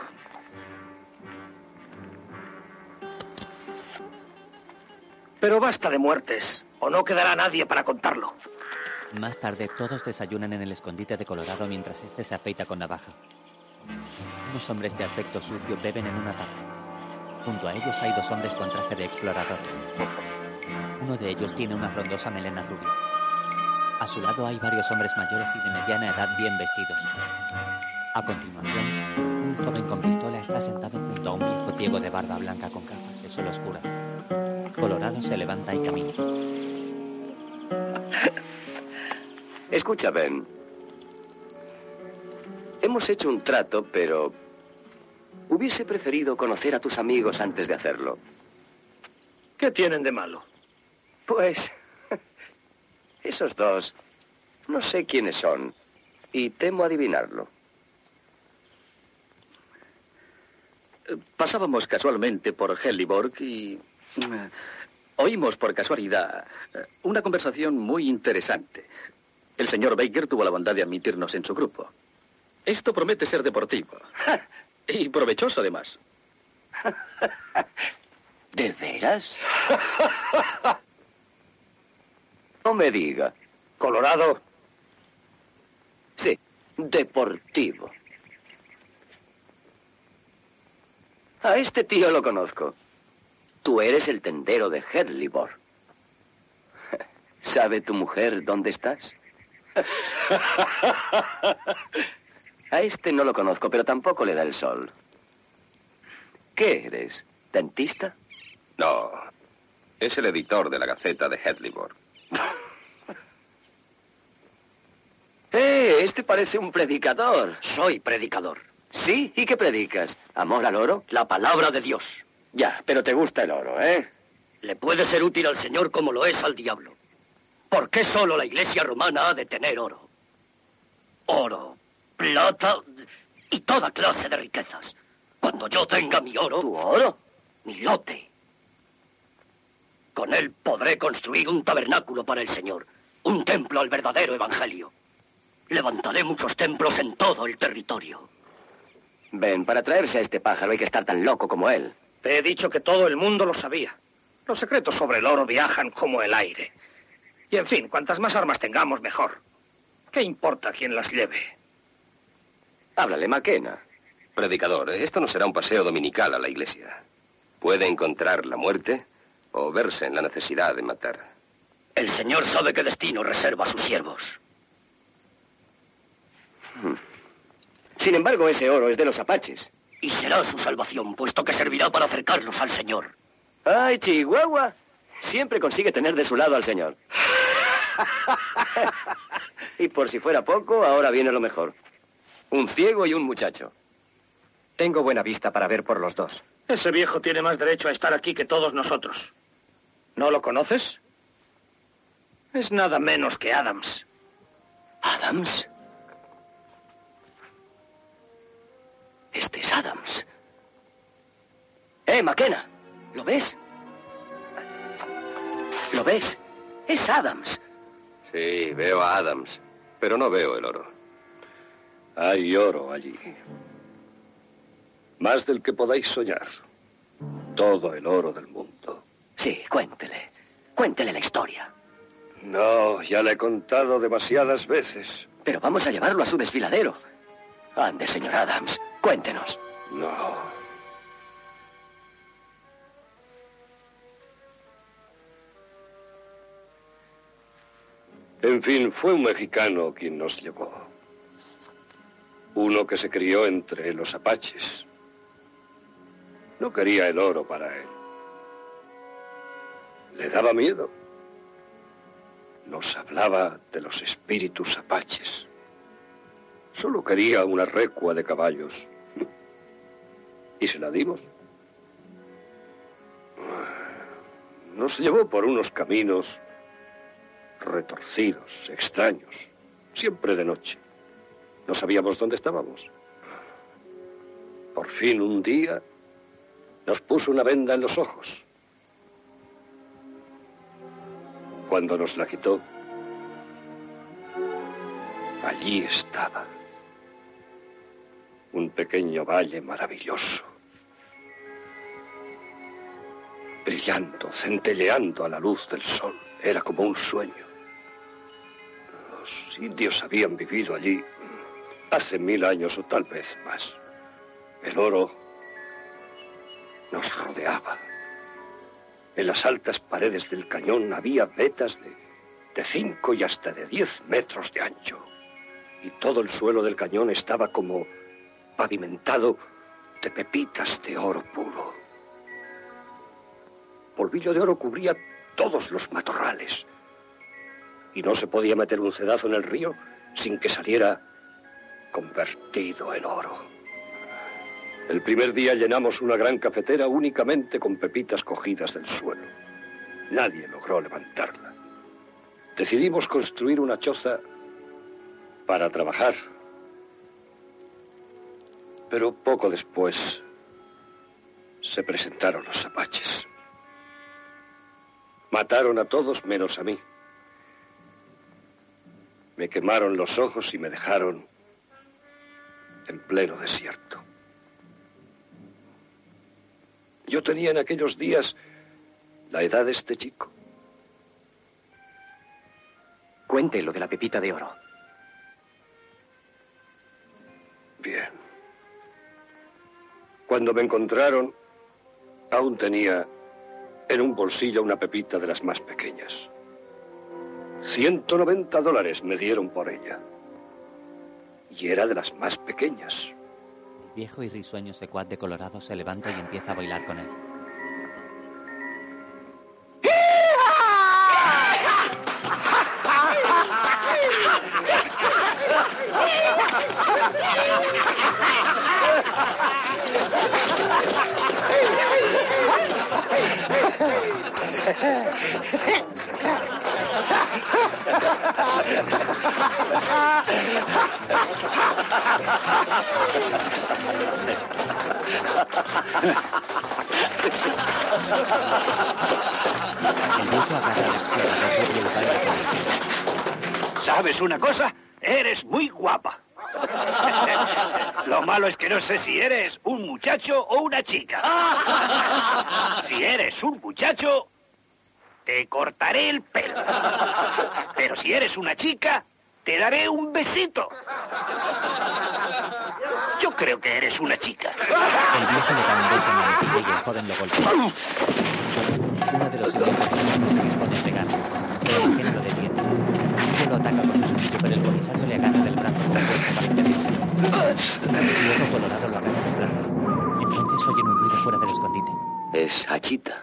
Pero basta de muertes, o no quedará nadie para contarlo. Más tarde, todos desayunan en el escondite de Colorado mientras este se afeita con navaja. Unos hombres de aspecto sucio beben en una taza. Junto a ellos hay dos hombres con traje de explorador. Uno de ellos tiene una frondosa melena rubia. A su lado hay varios hombres mayores y de mediana edad bien vestidos. A continuación, un joven con pistola está sentado junto a un viejo ciego de barba blanca con gafas de sol oscuras. Colorado se levanta y camina. Escucha, Ben. Hemos hecho un trato, pero hubiese preferido conocer a tus amigos antes de hacerlo. ¿Qué tienen de malo? Pues, esos dos, no sé quiénes son, y temo adivinarlo. Pasábamos casualmente por Helliborg y oímos por casualidad una conversación muy interesante. El señor Baker tuvo la bondad de admitirnos en su grupo. Esto promete ser deportivo. Y provechoso, además. ¿De veras? No me diga. Colorado. Sí, deportivo. A este tío lo conozco. Tú eres el tendero de Helliborg. ¿Sabe tu mujer dónde estás? A este no lo conozco, pero tampoco le da el sol. ¿Qué eres? ¿Dentista? No, es el editor de la Gaceta de Helliborg. Este parece un predicador. Soy predicador. ¿Sí? ¿Y qué predicas? ¿Amor al oro? La palabra de Dios. Ya, pero te gusta el oro, ¿eh? Le puede ser útil al Señor como lo es al diablo. ¿Por qué solo la Iglesia romana ha de tener oro? Oro, plata y toda clase de riquezas. Cuando yo tenga mi oro... ¿Tu oro? Mi lote. Con él podré construir un tabernáculo para el Señor. Un templo al verdadero evangelio. Levantaré muchos templos en todo el territorio. Ben, para traerse a este pájaro hay que estar tan loco como él. Te he dicho que todo el mundo lo sabía. Los secretos sobre el oro viajan como el aire. Y en fin, cuantas más armas tengamos, mejor. ¿Qué importa quién las lleve? Háblale, McKenna. Predicador, esto no será un paseo dominical a la iglesia. Puede encontrar la muerte o verse en la necesidad de matar. El Señor sabe qué destino reserva a sus siervos. Sin embargo, ese oro es de los apaches. Y será su salvación, puesto que servirá para acercarlos al Señor. ¡Ay, Chihuahua! Siempre consigue tener de su lado al Señor. Y por si fuera poco, ahora viene lo mejor. Un ciego y un muchacho. Tengo buena vista para ver por los dos. Ese viejo tiene más derecho a estar aquí que todos nosotros. ¿No lo conoces? Es nada menos que Adams. ¿Adams? Este es Adams. McKenna, ¿lo ves? ¿Lo ves? Es Adams. Sí, veo a Adams, pero no veo el oro. Hay oro allí. Más del que podáis soñar. Todo el oro del mundo. Sí, cuéntele. Cuéntele la historia. No, ya le he contado demasiadas veces. Pero vamos a llevarlo a su desfiladero. Ande, señor Adams, cuéntenos. No. En fin, fue un mexicano quien nos llevó. Uno que se crió entre los apaches. No quería el oro para él. Le daba miedo. Nos hablaba de los espíritus apaches. Solo quería una recua de caballos. Y se la dimos. Nos llevó por unos caminos retorcidos, extraños, siempre de noche. No sabíamos dónde estábamos. Por fin, un día, nos puso una venda en los ojos. Cuando nos la quitó, allí estaba. Un pequeño valle maravilloso. Brillando, centelleando a la luz del sol. Era como un sueño. Los indios habían vivido allí hace 1000 años o tal vez más. El oro nos rodeaba. En las altas paredes del cañón había vetas de 5 y hasta de 10 metros de ancho. Y todo el suelo del cañón estaba como pavimentado de pepitas de oro puro. Polvillo de oro cubría todos los matorrales. Y no se podía meter un cedazo en el río sin que saliera convertido en oro. El primer día llenamos una gran cafetera únicamente con pepitas cogidas del suelo. Nadie logró levantarla. Decidimos construir una choza para trabajar. Pero poco después se presentaron los apaches. Mataron a todos menos a mí. Me quemaron los ojos y me dejaron en pleno desierto. Yo tenía en aquellos días la edad de este chico. Cuente lo de la pepita de oro. Bien. Cuando me encontraron, aún tenía en un bolsillo una pepita de las más pequeñas. $190 me dieron por ella. Y era de las más pequeñas. El viejo y risueño secuaz de Colorado se levanta y empieza a bailar con él. El viejo agarra al explorador y el baila con él. ¿Sabes una cosa? Eres muy guapa. Lo malo es que no sé si eres un muchacho o una chica. Si eres un muchacho, te cortaré el pelo. Pero si eres una chica, te daré un besito. Yo creo que eres una chica. El viejo le da un beso en la mejilla y el joven lo golpea. Uno de los indios se dispone a pegar, pero la gente lo detiene. Uno lo ataca con un cuchillo, pero el comisario le agarra del brazo con fuerza para impedirse. El viejo Colorado lo agarra del brazo. Entonces oyen un ruido fuera del escondite. Es Achita.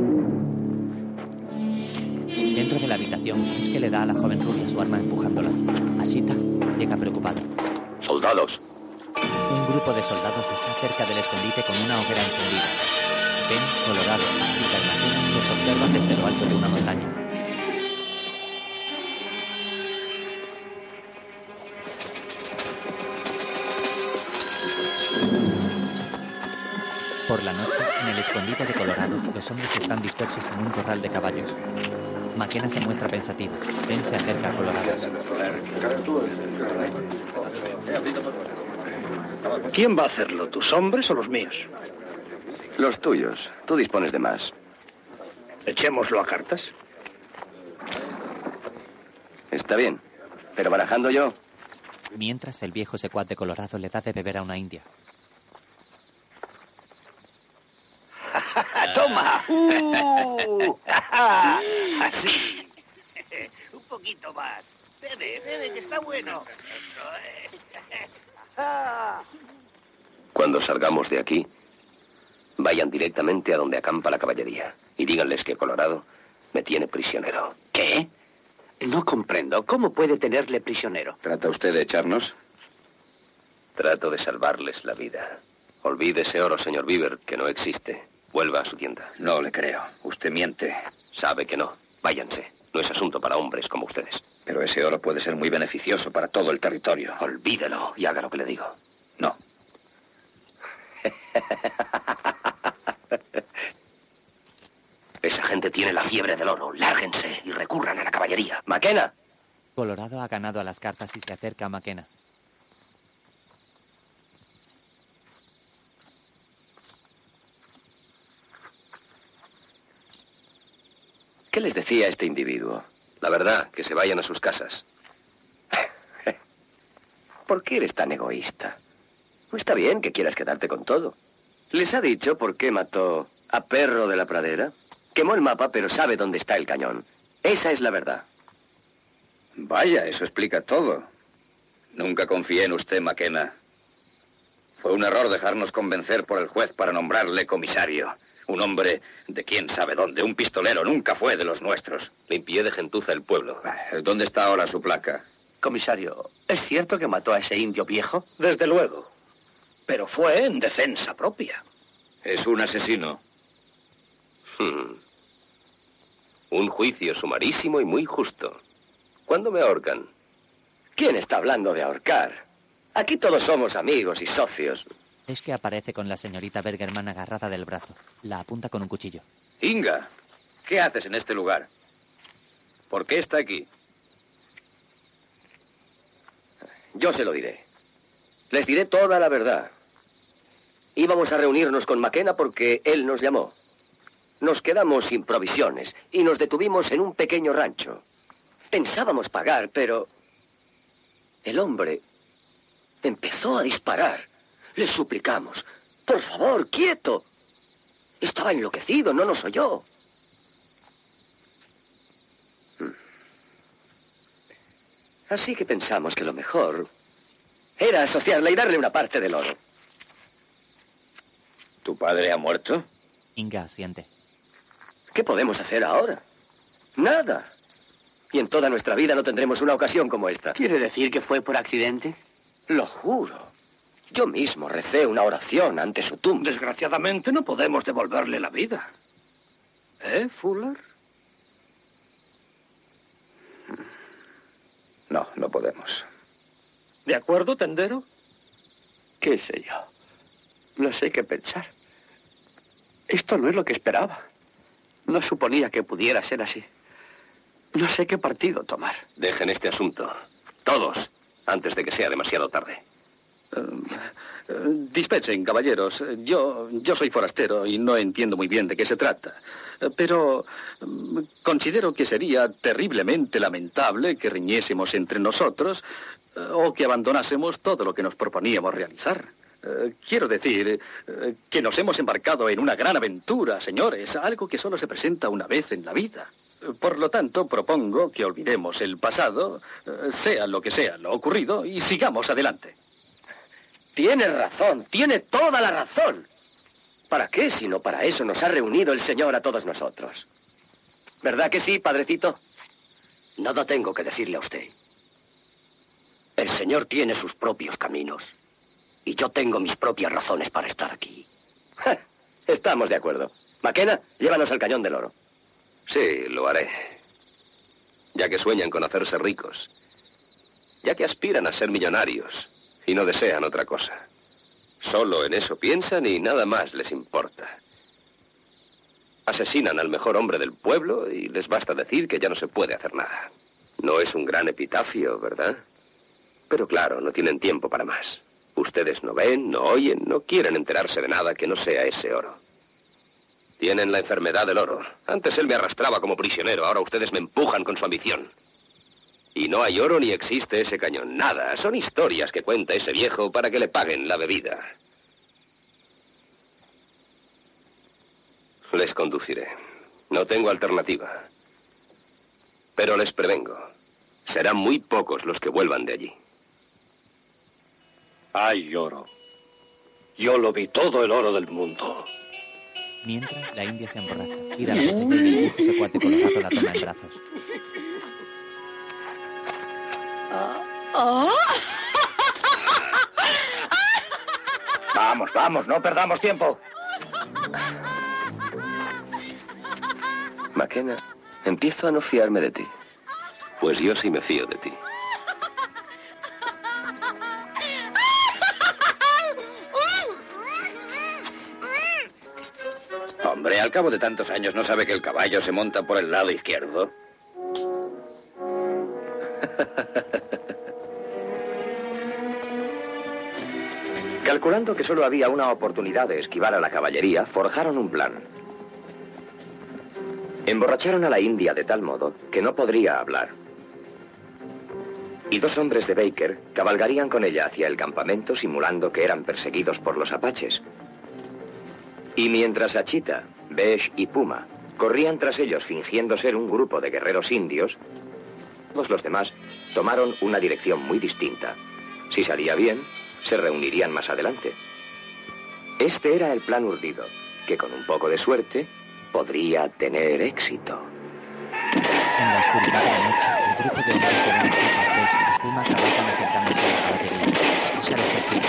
Dentro de la habitación, es que le da a la joven rubia su arma empujándola. Ashita llega preocupada. ¡Soldados! Un grupo de soldados está cerca del escondite con una hoguera encendida. Ben, Colorado, Ashita y Makena los observan desde lo alto de una montaña. Por la noche, en el escondite de Colorado, los hombres están dispersos en un corral de caballos. Makena se muestra pensativa. Ben se acerca a Colorado. ¿Quién va a hacerlo, tus hombres o los míos? Los tuyos. Tú dispones de más. Echémoslo a cartas. Está bien. Pero barajando yo. Mientras, el viejo secuaz de Colorado le da de beber a una india. ¡Toma! Así. Un poquito más. Bebe, que está bueno. Eso es. Cuando salgamos de aquí, vayan directamente a donde acampa la caballería y díganles que Colorado me tiene prisionero. ¿Qué? No comprendo. ¿Cómo puede tenerle prisionero? ¿Trata usted de echarnos? Trato de salvarles la vida. Olvide ese oro, señor Beaver, que no existe. Vuelva a su tienda. No le creo. Usted miente. Sabe que no. Váyanse. No es asunto para hombres como ustedes. Pero ese oro puede ser muy beneficioso para todo el territorio. Olvídelo y haga lo que le digo. No. Esa gente tiene la fiebre del oro. Lárguense y recurran a la caballería. ¡McKenna! Colorado ha ganado a las cartas y se acerca a McKenna. ¿Qué les decía este individuo? La verdad, que se vayan a sus casas. ¿Por qué eres tan egoísta? No está bien que quieras quedarte con todo. ¿Les ha dicho por qué mató a Perro de la Pradera? Quemó el mapa, pero sabe dónde está el cañón. Esa es la verdad. Vaya, eso explica todo. Nunca confié en usted, McKenna. Fue un error dejarnos convencer por el juez para nombrarle comisario. Un hombre de quién sabe dónde. Un pistolero. Nunca fue de los nuestros. Limpié de gentuza el pueblo. ¿Dónde está ahora su placa? Comisario, ¿es cierto que mató a ese indio viejo? Desde luego. Pero fue en defensa propia. Es un asesino. Un juicio sumarísimo y muy justo. ¿Cuándo me ahorcan? ¿Quién está hablando de ahorcar? Aquí todos somos amigos y socios. Es que aparece con la señorita Bergerman agarrada del brazo. La apunta con un cuchillo. Inga, ¿qué haces en este lugar? ¿Por qué está aquí? Yo se lo diré. Les diré toda la verdad. Íbamos a reunirnos con McKenna porque él nos llamó. Nos quedamos sin provisiones y nos detuvimos en un pequeño rancho. Pensábamos pagar, pero el hombre empezó a disparar. Le suplicamos, por favor, quieto. Estaba enloquecido, no nos oyó. Así que pensamos que lo mejor era asociarla y darle una parte del oro. ¿Tu padre ha muerto? Inga asiente. ¿Qué podemos hacer ahora? Nada. Y en toda nuestra vida no tendremos una ocasión como esta. ¿Quiere decir que fue por accidente? Lo juro. Yo mismo recé una oración ante su tumba. Desgraciadamente no podemos devolverle la vida. ¿Eh, Fuller? No, no podemos. ¿De acuerdo, tendero? ¿Qué sé yo? No sé qué pensar. Esto no es lo que esperaba. No suponía que pudiera ser así. No sé qué partido tomar. Dejen este asunto. Todos, antes de que sea demasiado tarde. Dispensen, caballeros. Yo soy forastero y no entiendo muy bien de qué se trata. Pero considero que sería terriblemente lamentable que riñésemos entre nosotros o que abandonásemos todo lo que nos proponíamos realizar. Quiero decir que nos hemos embarcado en una gran aventura, señores, algo que solo se presenta una vez en la vida. Por lo tanto, propongo que olvidemos el pasado, sea lo que sea lo ocurrido, y sigamos adelante. Tiene razón, tiene toda la razón. ¿Para qué? Si no para eso nos ha reunido el Señor a todos nosotros. ¿Verdad que sí, padrecito? Nada tengo que decirle a usted. El Señor tiene sus propios caminos. Y yo tengo mis propias razones para estar aquí. Estamos de acuerdo. McKenna, llévanos al Cañón del Oro. Sí, lo haré. Ya que sueñan con hacerse ricos. Ya que aspiran a ser millonarios. Y no desean otra cosa. Solo en eso piensan y nada más les importa. Asesinan al mejor hombre del pueblo y les basta decir que ya no se puede hacer nada. No es un gran epitafio, ¿verdad? Pero claro, no tienen tiempo para más. Ustedes no ven, no oyen, no quieren enterarse de nada que no sea ese oro. Tienen la enfermedad del oro. Antes él me arrastraba como prisionero, ahora ustedes me empujan con su ambición. Y no hay oro ni existe ese cañón. Nada. Son historias que cuenta ese viejo para que le paguen la bebida. Les conduciré. No tengo alternativa. Pero les prevengo. Serán muy pocos los que vuelvan de allí. Hay oro. Yo lo vi todo el oro del mundo. Mientras, la india se emborracha. Tira la botella y el viejo secuate colorado la toma en brazos. Vamos, vamos, no perdamos tiempo. McKenna, empiezo a no fiarme de ti. Pues yo sí me fío de ti. Hombre, al cabo de tantos años no sabe que el caballo se monta por el lado izquierdo. Calculando que solo había una oportunidad de esquivar a la caballería, forjaron un plan. Emborracharon a la india de tal modo que no podría hablar. Y 2 hombres de Baker cabalgarían con ella hacia el campamento simulando que eran perseguidos por los apaches. Y mientras Achita, Besh y Puma corrían tras ellos fingiendo ser un grupo de guerreros indios, todos los demás tomaron una dirección muy distinta. Si salía bien, se reunirían más adelante. Este era el plan urdido, que con un poco de suerte podría tener éxito. En la oscuridad de la noche, el grupo de hombres de Achita, Besh y Puma cabalgan acercándose a la caballería. Se los persigue.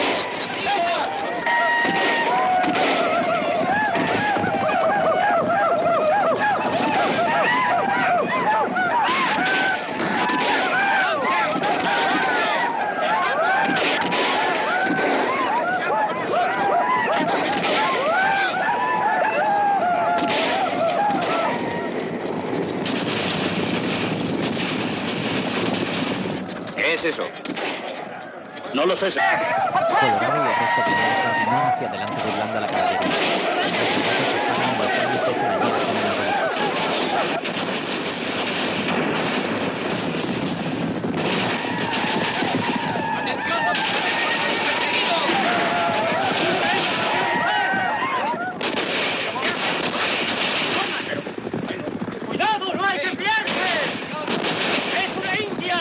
¿Qué es eso? No lo sé. Colorado y el resto de hombres continúan hacia adelante burlando a la caballería. Los soldados disparan en los aires que echan allí con una bola. ¡Cuidado! ¡No hay que fiarse! ¡Es una india!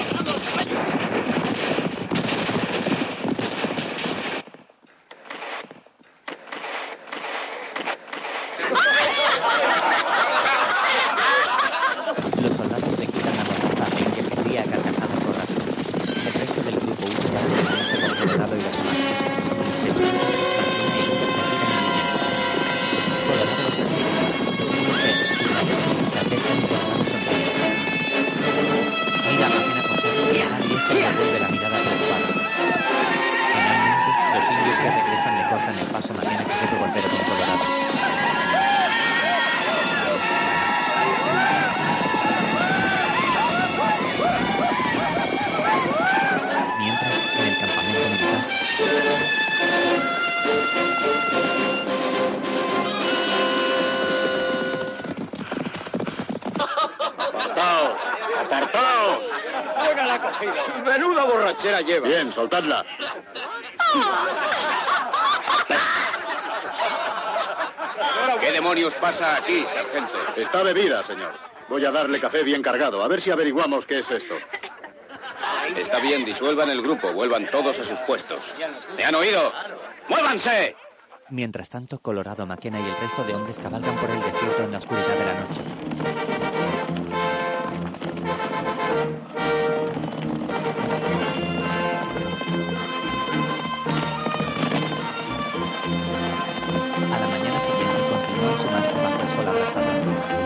Los soldados le quitan la mordaza a la india que ríe a carcajadas borrachas. El resto del grupo huye dándose por Colorado y los demás. De pronto, una india se gira en el Colorado los persigue. Los niños ves y la Besh se acercan y Colorado sonríe. Mira a Máquina con gesto de mal y este le devuelve la mirada preocupada. Finalmente, los indios que regresan le cortan el paso a Máquina que debe volver con Colorado. Mientras, en el campamento militar, ¡Apartaos! ¡Apartaos! ¡Buena la cogida! Menuda borrachera lleva. Bien, soltadla. ¿Qué demonios pasa aquí, sargento? Está bebida, señor. Voy a darle café bien cargado, a ver si averiguamos qué es esto. Está bien, disuelvan el grupo, vuelvan todos a sus puestos. ¿Me han oído? ¡Muévanse! mientras tanto, Colorado, McKenna y el resto de hombres cabalgan por el desierto en la oscuridad de la noche. A la mañana siguiente continúan su marcha bajo el sol abrasador.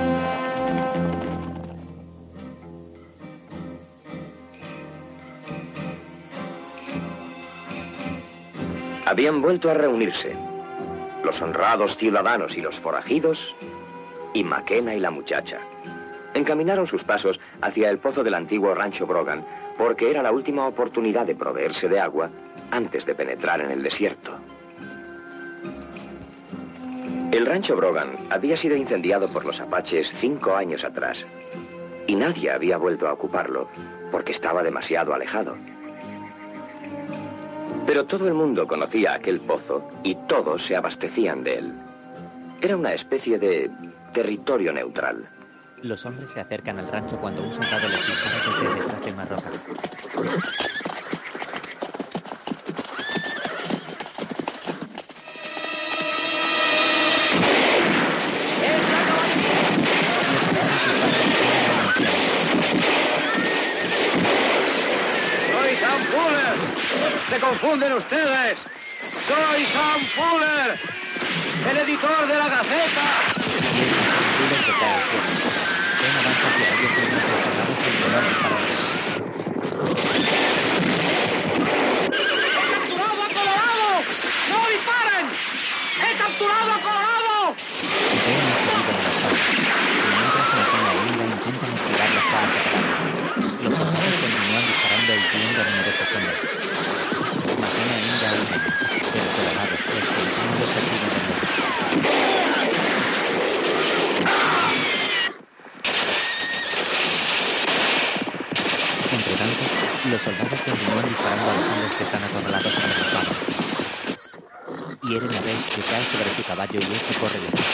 Habían vuelto a reunirse. Los honrados ciudadanos y los forajidos, y McKenna y la muchacha. Encaminaron sus pasos hacia el pozo del antiguo rancho Brogan, porque era la última oportunidad de proveerse de agua antes de penetrar en el desierto. El rancho Brogan había sido incendiado por los apaches 5 años atrás, y nadie había vuelto a ocuparlo porque estaba demasiado alejado. Pero todo el mundo conocía aquel pozo y todos se abastecían de él. Era una especie de territorio neutral. Los hombres se acercan al rancho cuando un soldado les dispara desde detrás de una roca. ¡Soy Sam Fuller! ¡Se confunden ustedes! ¡Soy Sam Fuller! ¡El editor de la Gaceta! Fuller que cae al suelo. Ben avanza hacia ellos mientras los soldados continuar disparando. ¡Capturado a Colorado! ¡No disparen! ¡He capturado a Colorado! Ven enseguida en la espalda. Mientras Macena e Inga intentan esquivar las balas de Colorado. Los soldados continúan disparando y hiriendo a numerosos hombres. Macena e Inga huyen, pero Colorado, escoltando, los persiguen de nuevo. Entretanto, los soldados continúan disparando a los hombres que están acorralados por las balas. Hieren a Reis, que cae sobre su caballo y este corre detrás.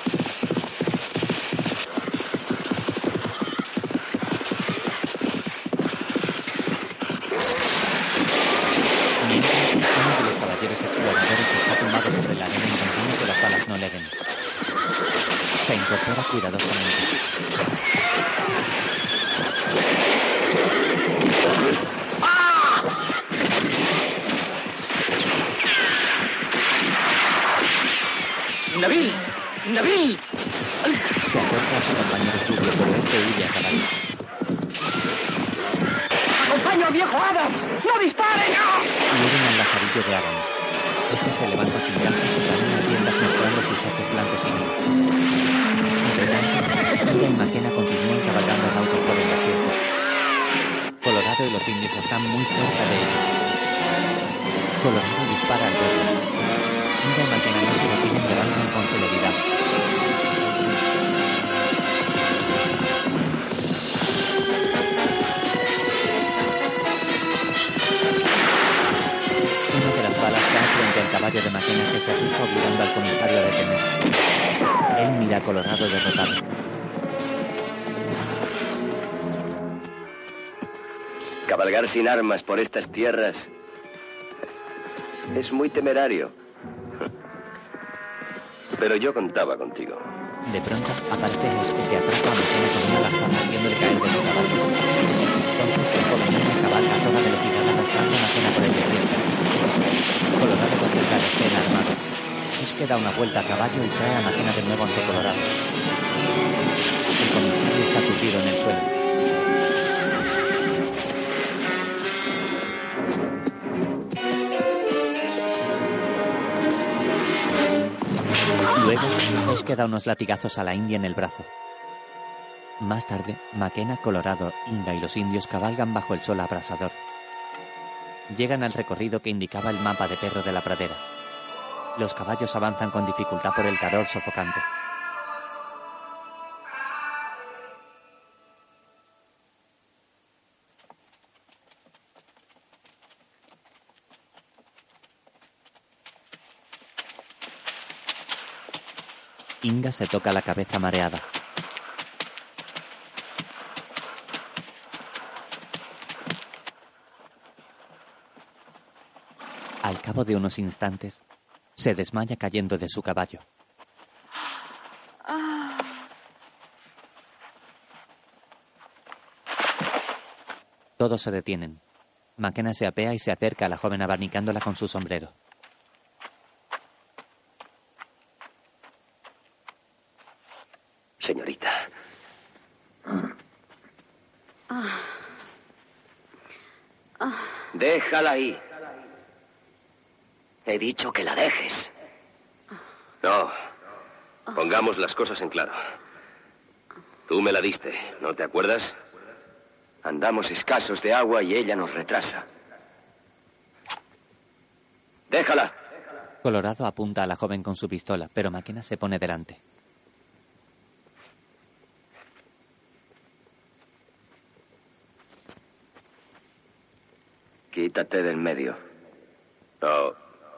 Mientras, uno de los caballeros exploradores está tumbado sobre la arena intentando que las balas no le den. Se incorpora cuidadosamente. ¡Nabil! ¡Nabil! Se acerca a su compañero rubio, pero este huye a caballo. ¡Acompaño al viejo Adams! ¡No disparen! Hieren al lazarillo de Adams. Este se levanta sin gafas y camina a tiendas mostrando sus ojos blancos y negros. Entretanto, Inga y Macena continúan cabalgando autos por el desierto. Colorado y los indios están muy cerca de ellos. Colorado dispara al verlos. Inga y Macena no se detienen y avanzan con celeridad. Una de las balas cae frente al caballo de Macena, que se asusta obligando al comisario a detenerse. Él mira a Colorado derrotado. Cabalgar sin armas por estas tierras es muy temerario. Pero yo contaba contigo. De pronto aparece Hesque, que atrapa a Macena con una lanzada haciéndole caer de su caballo. Entonces el joven hombre cabalga a toda velocidad arrastrando a Macena por el desierto. Colorado contempla la escena armado. Hesque da una vuelta a caballo y trae a Macena de nuevo ante Colorado. El comisario está aturdido en el suelo. Luego, Hesque da unos latigazos a la india en el brazo. Más tarde, Macena, Colorado, Inga y los indios cabalgan bajo el sol abrasador. Llegan al recorrido que indicaba el mapa de Perro de la Pradera. Los caballos avanzan con dificultad por el calor sofocante. Inga se toca la cabeza mareada. Al cabo de unos instantes, se desmaya cayendo de su caballo. Todos se detienen. Macena se apea y se acerca a la joven abanicándola con su sombrero. Señorita. Déjala ahí. He dicho que la dejes. No. Pongamos las cosas en claro. Tú me la diste, ¿no te acuerdas? Andamos escasos de agua y ella nos retrasa. Déjala. Colorado apunta a la joven con su pistola, pero Macena se pone delante. Quítate del medio. No.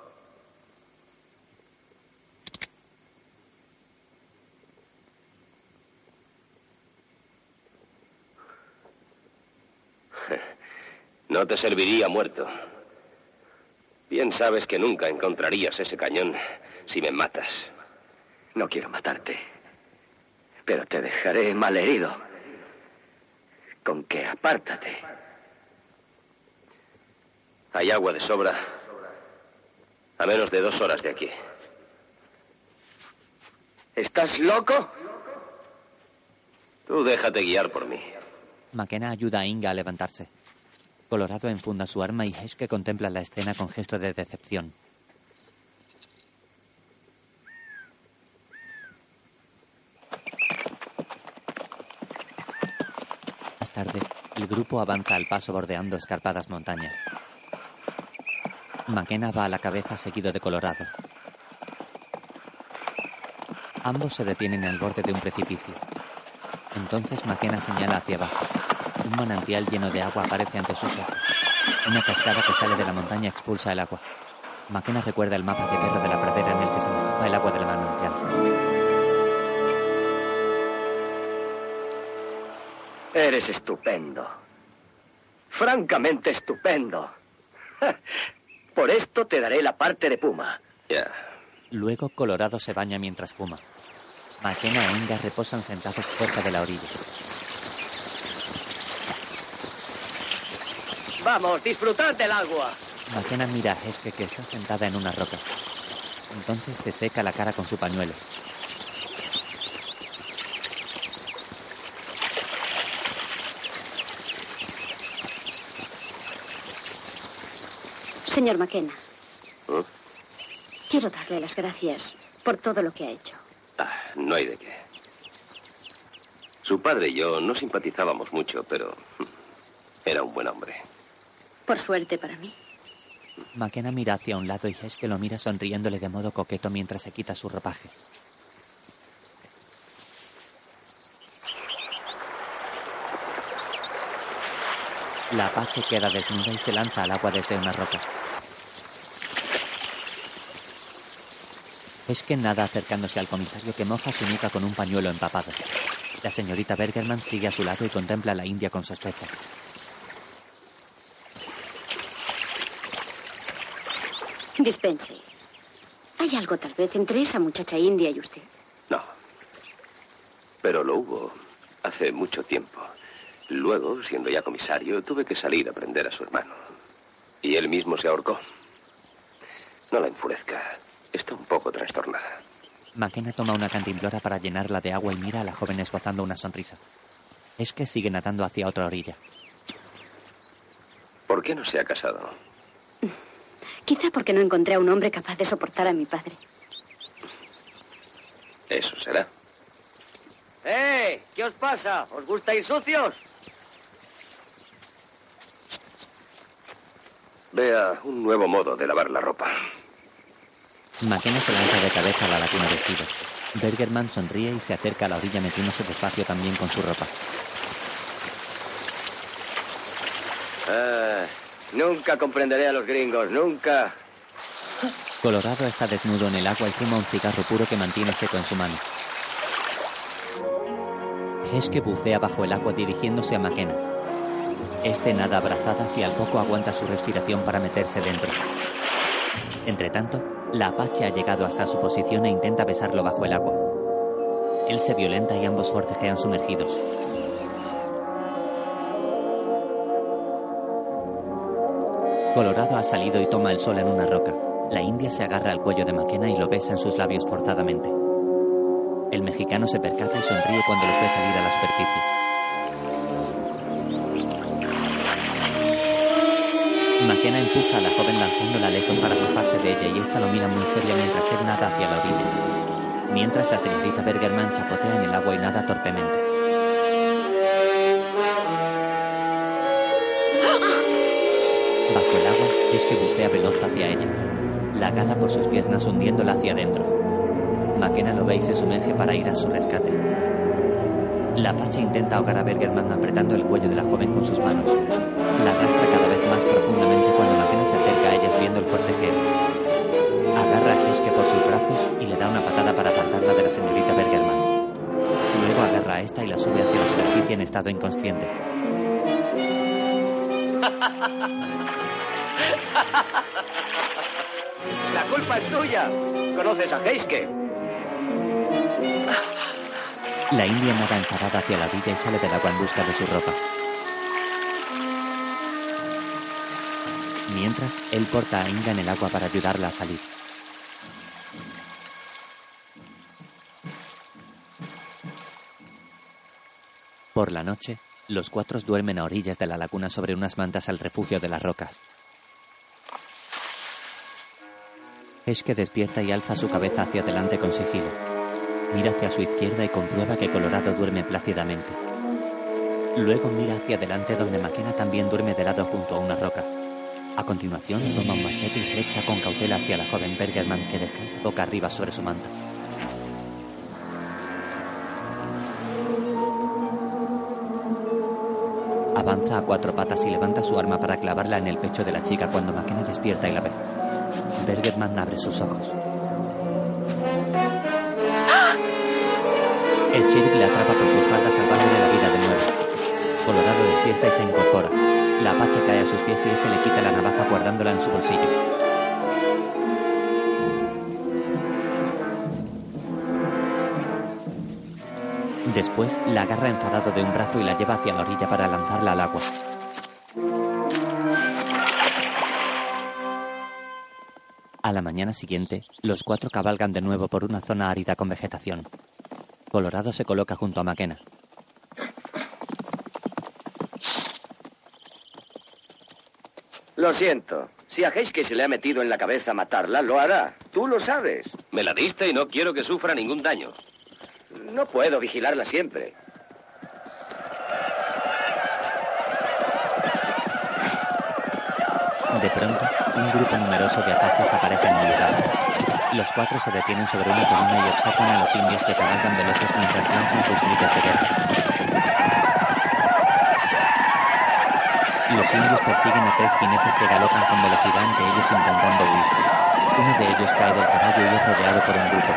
No te serviría muerto. Bien sabes que nunca encontrarías ese cañón si me matas. No quiero matarte, pero te dejaré malherido. Con que apártate. Hay agua de sobra a menos de 2 horas de aquí. ¿Estás loco? Tú déjate guiar por mí. McKenna ayuda a Inga a levantarse. Colorado enfunda su arma y Heske contempla la escena con gesto de decepción. Más tarde, el grupo avanza al paso bordeando escarpadas montañas. McKenna va a la cabeza seguido de Colorado. Ambos se detienen al borde de un precipicio. Entonces McKenna señala hacia abajo. Un manantial lleno de agua aparece ante sus ojos. Una cascada que sale de la montaña expulsa el agua. McKenna recuerda el mapa de Perro de la Pradera en el que se mostraba el agua del manantial. Eres estupendo. Francamente estupendo. Por esto te daré la parte de Puma. Ya. Luego Colorado se baña mientras fuma. McKenna e Inga reposan sentados cerca de la orilla. Vamos, disfrutad del agua. McKenna mira a Heske que está sentada en una roca. Entonces se seca la cara con su pañuelo. Señor McKenna. ¿Eh? Quiero darle las gracias por todo lo que ha hecho. No hay de qué. Su padre y yo no simpatizábamos mucho, pero era un buen hombre. Por suerte para mí. McKenna mira hacia un lado y Heske lo mira sonriéndole de modo coqueto mientras se quita sus ropajes. La Apache queda desnuda y se lanza al agua desde una roca. Heske nada acercándose al comisario que moja su nuca con un pañuelo empapado. La señorita Bergerman sigue a su lado y contempla a la india con sospecha. Dispense. ¿Hay algo tal vez entre esa muchacha india y usted? No. Pero lo hubo hace mucho tiempo. Luego, siendo ya comisario, tuve que salir a prender a su hermano. Y él mismo se ahorcó. No la enfurezca. Está un poco trastornada. McKenna toma una cantimplora para llenarla de agua y mira a la joven esbozando una sonrisa. Es que sigue nadando hacia otra orilla. ¿Por qué no se ha casado? Quizá porque no encontré a un hombre capaz de soportar a mi padre. Eso será. ¿Qué os pasa? ¿Os gusta ir sucios? Vea, un nuevo modo de lavar la ropa. McKenna se lanza de cabeza a la laguna vestido. Bergerman sonríe y se acerca a la orilla metiéndose despacio también con su ropa. Nunca comprenderé a los gringos, nunca. Colorado está desnudo en el agua y fuma un cigarro puro que mantiene seco en su mano. Heske bucea bajo el agua dirigiéndose a McKenna. Este nada abrazadas y al poco aguanta su respiración para meterse dentro. Entretanto, la Apache ha llegado hasta su posición e intenta besarlo bajo el agua. Él se violenta y ambos forcejean sumergidos. Colorado ha salido y toma el sol en una roca. La india se agarra al cuello de McKenna y lo besa en sus labios forzadamente. El mexicano se percata y sonríe cuando los ve salir a la superficie. McKenna empuja a la joven lanzándola lejos para zafarse de ella y esta lo mira muy seria mientras él nada hacia la orilla. Mientras la señorita Bergerman chapotea en el agua y nada torpemente. Bajo el agua, es que bucea veloz hacia ella. La gala por sus piernas hundiéndola hacia adentro. McKenna lo ve y se sumerge para ir a su rescate. La Apache intenta ahogar a Bergerman apretando el cuello de la joven con sus manos. La arrastra cada vez más profundamente cuando McKenna se acerca a ellas viendo el forcejeo. Agarra a Heske por sus brazos y le da una patada para apartarla de la señorita Bergerman. Luego agarra a esta y la sube hacia la superficie en estado inconsciente. La culpa es tuya. ¿Conoces a Heske? La india nada enfadada hacia la orilla y sale del agua en busca de sus ropas. Mientras, él porta a Inga en el agua para ayudarla a salir. Por la noche, Los 4 duermen a orillas de la laguna sobre unas mantas al refugio de las rocas. Hesketh despierta y alza su cabeza hacia adelante con sigilo. Mira hacia su izquierda y comprueba que Colorado duerme plácidamente. Luego mira hacia adelante donde McKenna también duerme de lado junto a una roca. A continuación toma un machete y recta con cautela hacia la joven Bergerman que descansa boca arriba sobre su manta. Avanza a 4 patas y levanta su arma para clavarla en el pecho de la chica cuando McKenna despierta y la ve. Bergerman abre sus ojos. El sheriff le atrapa por su espalda salvándole la vida de nuevo. Colorado despierta y se incorpora. La apache cae a sus pies y este le quita la navaja guardándola en su bolsillo. Después la agarra enfadado de un brazo y la lleva hacia la orilla para lanzarla al agua. A la mañana siguiente, los 4 cabalgan de nuevo por una zona árida con vegetación. Colorado se coloca junto a McKenna. Lo siento. Si a Hesketh se le ha metido en la cabeza matarla, lo hará. Tú lo sabes. Me la diste y no quiero que sufra ningún daño. No puedo vigilarla siempre. De pronto, un grupo numeroso de apaches aparece en el lugar. Los 4 se detienen sobre una colina y observan a los indios que cabalgan veloces mientras lanzan sus gritos de guerra. Los indios persiguen a 3 jinetes que galopan con velocidad ante ellos intentando huir. Uno de ellos cae del caballo y es rodeado por un grupo.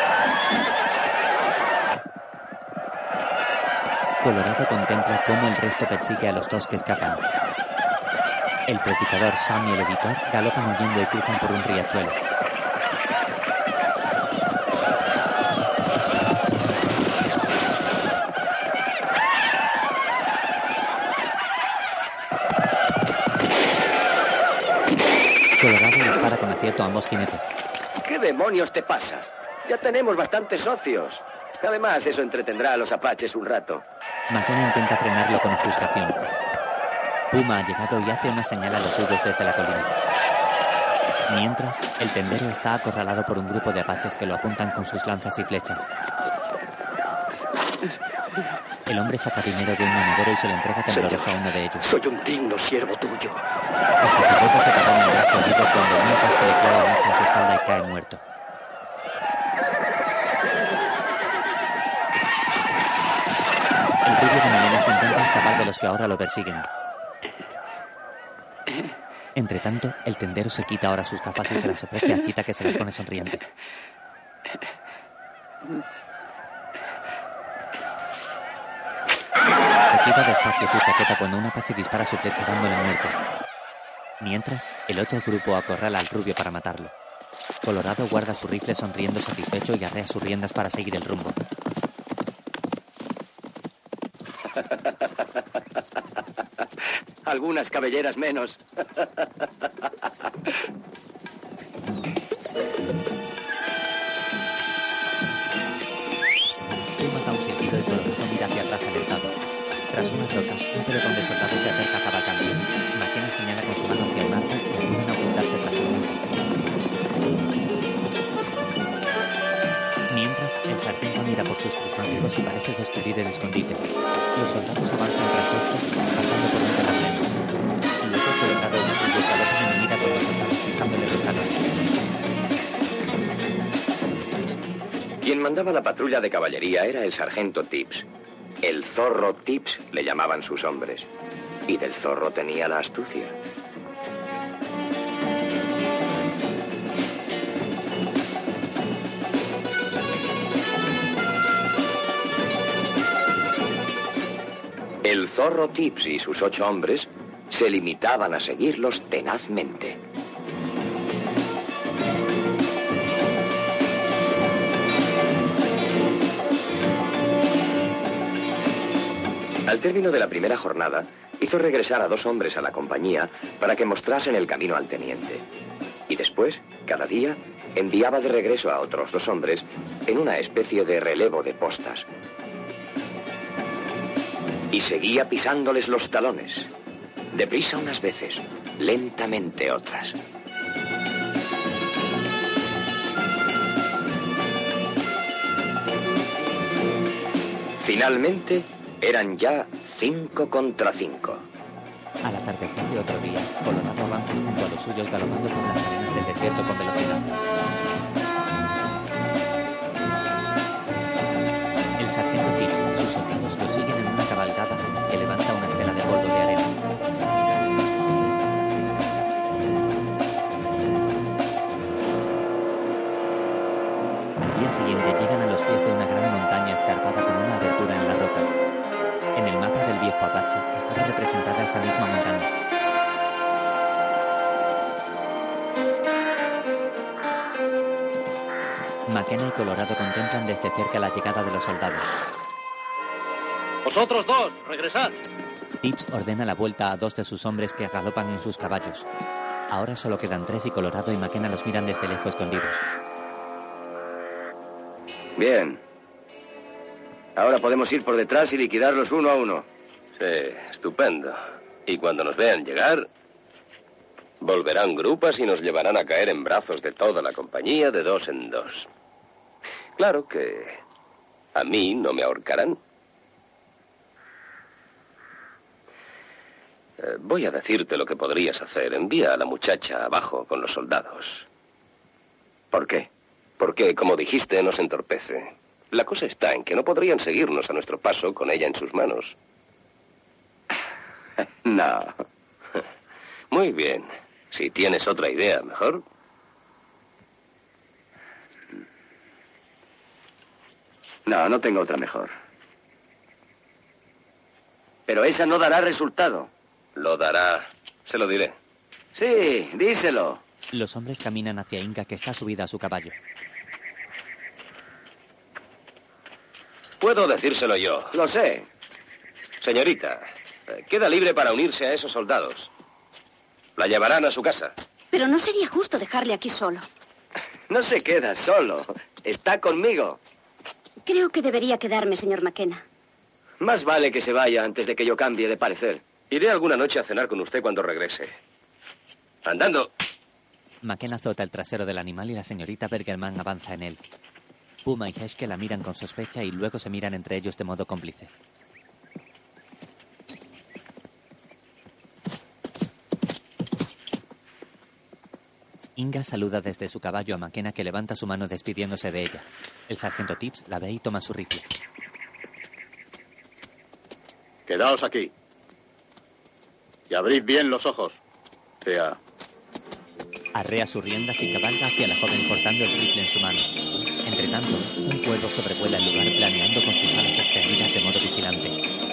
Colorado contempla cómo el resto persigue a los 2 que escapan. El predicador, Sam y el editor galopan huyendo y cruzan por un riachuelo. Colorado dispara con acierto a ambos jinetes. ¿Qué demonios te pasa? Ya tenemos bastantes socios. Además, eso entretendrá a los apaches un rato. McKenna intenta frenarlo con ofuscación. Puma ha llegado y hace una señal a los suyos desde la colina. Mientras, el tendero está acorralado por un grupo de apaches que lo apuntan con sus lanzas y flechas. El hombre saca dinero de un monedero y se lo entrega tembloroso a uno de ellos. Soy un digno siervo tuyo. El sacerdote se tapó en el brazo herido cuando un apache le clava un hacha en su espalda y cae muerto. El rubio de melenas intenta escapar de los que ahora lo persiguen. Entretanto, el tendero se quita ahora sus gafas y se las ofrece a Chita, que se las pone sonriente. Se quita despacio su chaqueta cuando un apache dispara su flecha dándole muerte. Mientras, el otro grupo acorrala al rubio para matarlo. Colorado guarda su rifle sonriendo satisfecho y arrea sus riendas para seguir el rumbo. Algunas cabelleras menos. Mata un silbido y Colorado mira hacia atrás alentado. Tras unas rocas, un pelotón de soldados se acerca cabalgando. McKenna señala con su mano hacia un árbol y ayudan a ocultarse tras el monte. Mientras, el sargento mira por sus prismáticos y parece descubrir el escondite. Los soldados avanzan tras esto, pasando por un terraplén. Luego, Colorado uno de sus galopan y mira con los soldados pisándole los talones. Quien mandaba la patrulla de caballería era el sargento Tips. El zorro Tips le llamaban sus hombres. Y del zorro tenía la astucia. El zorro Tips y sus 8 hombres se limitaban a seguirlos tenazmente. Al término de la primera jornada, hizo regresar a 2 hombres a la compañía para que mostrasen el camino al teniente. Y después, cada día, enviaba de regreso a otros 2 hombres en una especie de relevo de postas. Y seguía pisándoles los talones. Deprisa unas veces, lentamente otras. Finalmente, eran ya 5 contra 5. Al atardecer de otro día, Colorado avanza junto a los suyos galopando por las arenas del desierto con velocidad. El sargento Tibbs y sus soldados lo siguen en una cabalgada que levanta una estela de polvo de arena. Al día siguiente llegan a los pies de una gran montaña escarpada con una abertura en la roca. En el mapa del viejo Apache estaba representada esa misma montaña. McKenna y Colorado contemplan desde cerca la llegada de los soldados. ¡Vosotros dos, regresad! Tibbs ordena la vuelta a 2 de sus hombres que galopan en sus caballos. Ahora solo quedan 3 y Colorado y McKenna los miran desde lejos escondidos. Bien. Ahora podemos ir por detrás y liquidarlos uno a uno. Sí, estupendo. Y cuando nos vean llegar, volverán grupas y nos llevarán a caer en brazos de toda la compañía de 2 en 2. Claro que a mí no me ahorcarán. Voy a decirte lo que podrías hacer. Envía a la muchacha abajo con los soldados. ¿Por qué? Porque, como dijiste, nos entorpece. La cosa está en que no podrían seguirnos a nuestro paso con ella en sus manos. No. Muy bien. Si tienes otra idea, mejor. No, no tengo otra mejor. Pero esa no dará resultado. Lo dará. Se lo diré. Sí, díselo. Los hombres caminan hacia Inga, que está subida a su caballo. Puedo decírselo yo. Lo sé. Señorita, queda libre para unirse a esos soldados. La llevarán a su casa. Pero no sería justo dejarle aquí solo. No se queda solo. Está conmigo. Creo que debería quedarme, señor McKenna. Más vale que se vaya antes de que yo cambie de parecer. Iré alguna noche a cenar con usted cuando regrese. Andando. McKenna azota el trasero del animal y la señorita Bergerman avanza en él. Puma y Heske la miran con sospecha y luego se miran entre ellos de modo cómplice. Inga saluda desde su caballo a McKenna, que levanta su mano despidiéndose de ella. El sargento Tibbs la ve y toma su rifle. Quedaos aquí. Y abrid bien los ojos. Arrea sus riendas y cabalga hacia la joven portando el rifle en su mano. Entretanto, un cuervo sobrevuela el lugar planeando con sus alas extendidas de modo vigilante.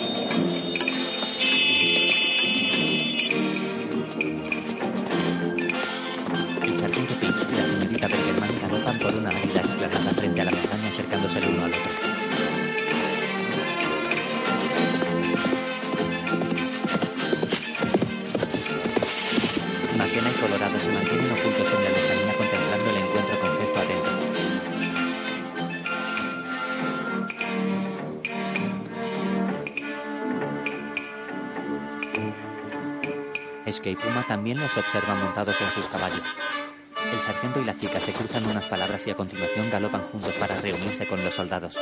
El sargento Tibbs y la señorita Bergerman galopan por una árida explanada frente a la montaña, acercándose el uno al otro. McKenna y Colorado se mantienen ocultos en la lejanía contemplando el encuentro con gesto atento. Heske y Puma también los observan montados en sus caballos. El sargento y la chica se cruzan unas palabras y a continuación galopan juntos para reunirse con los soldados.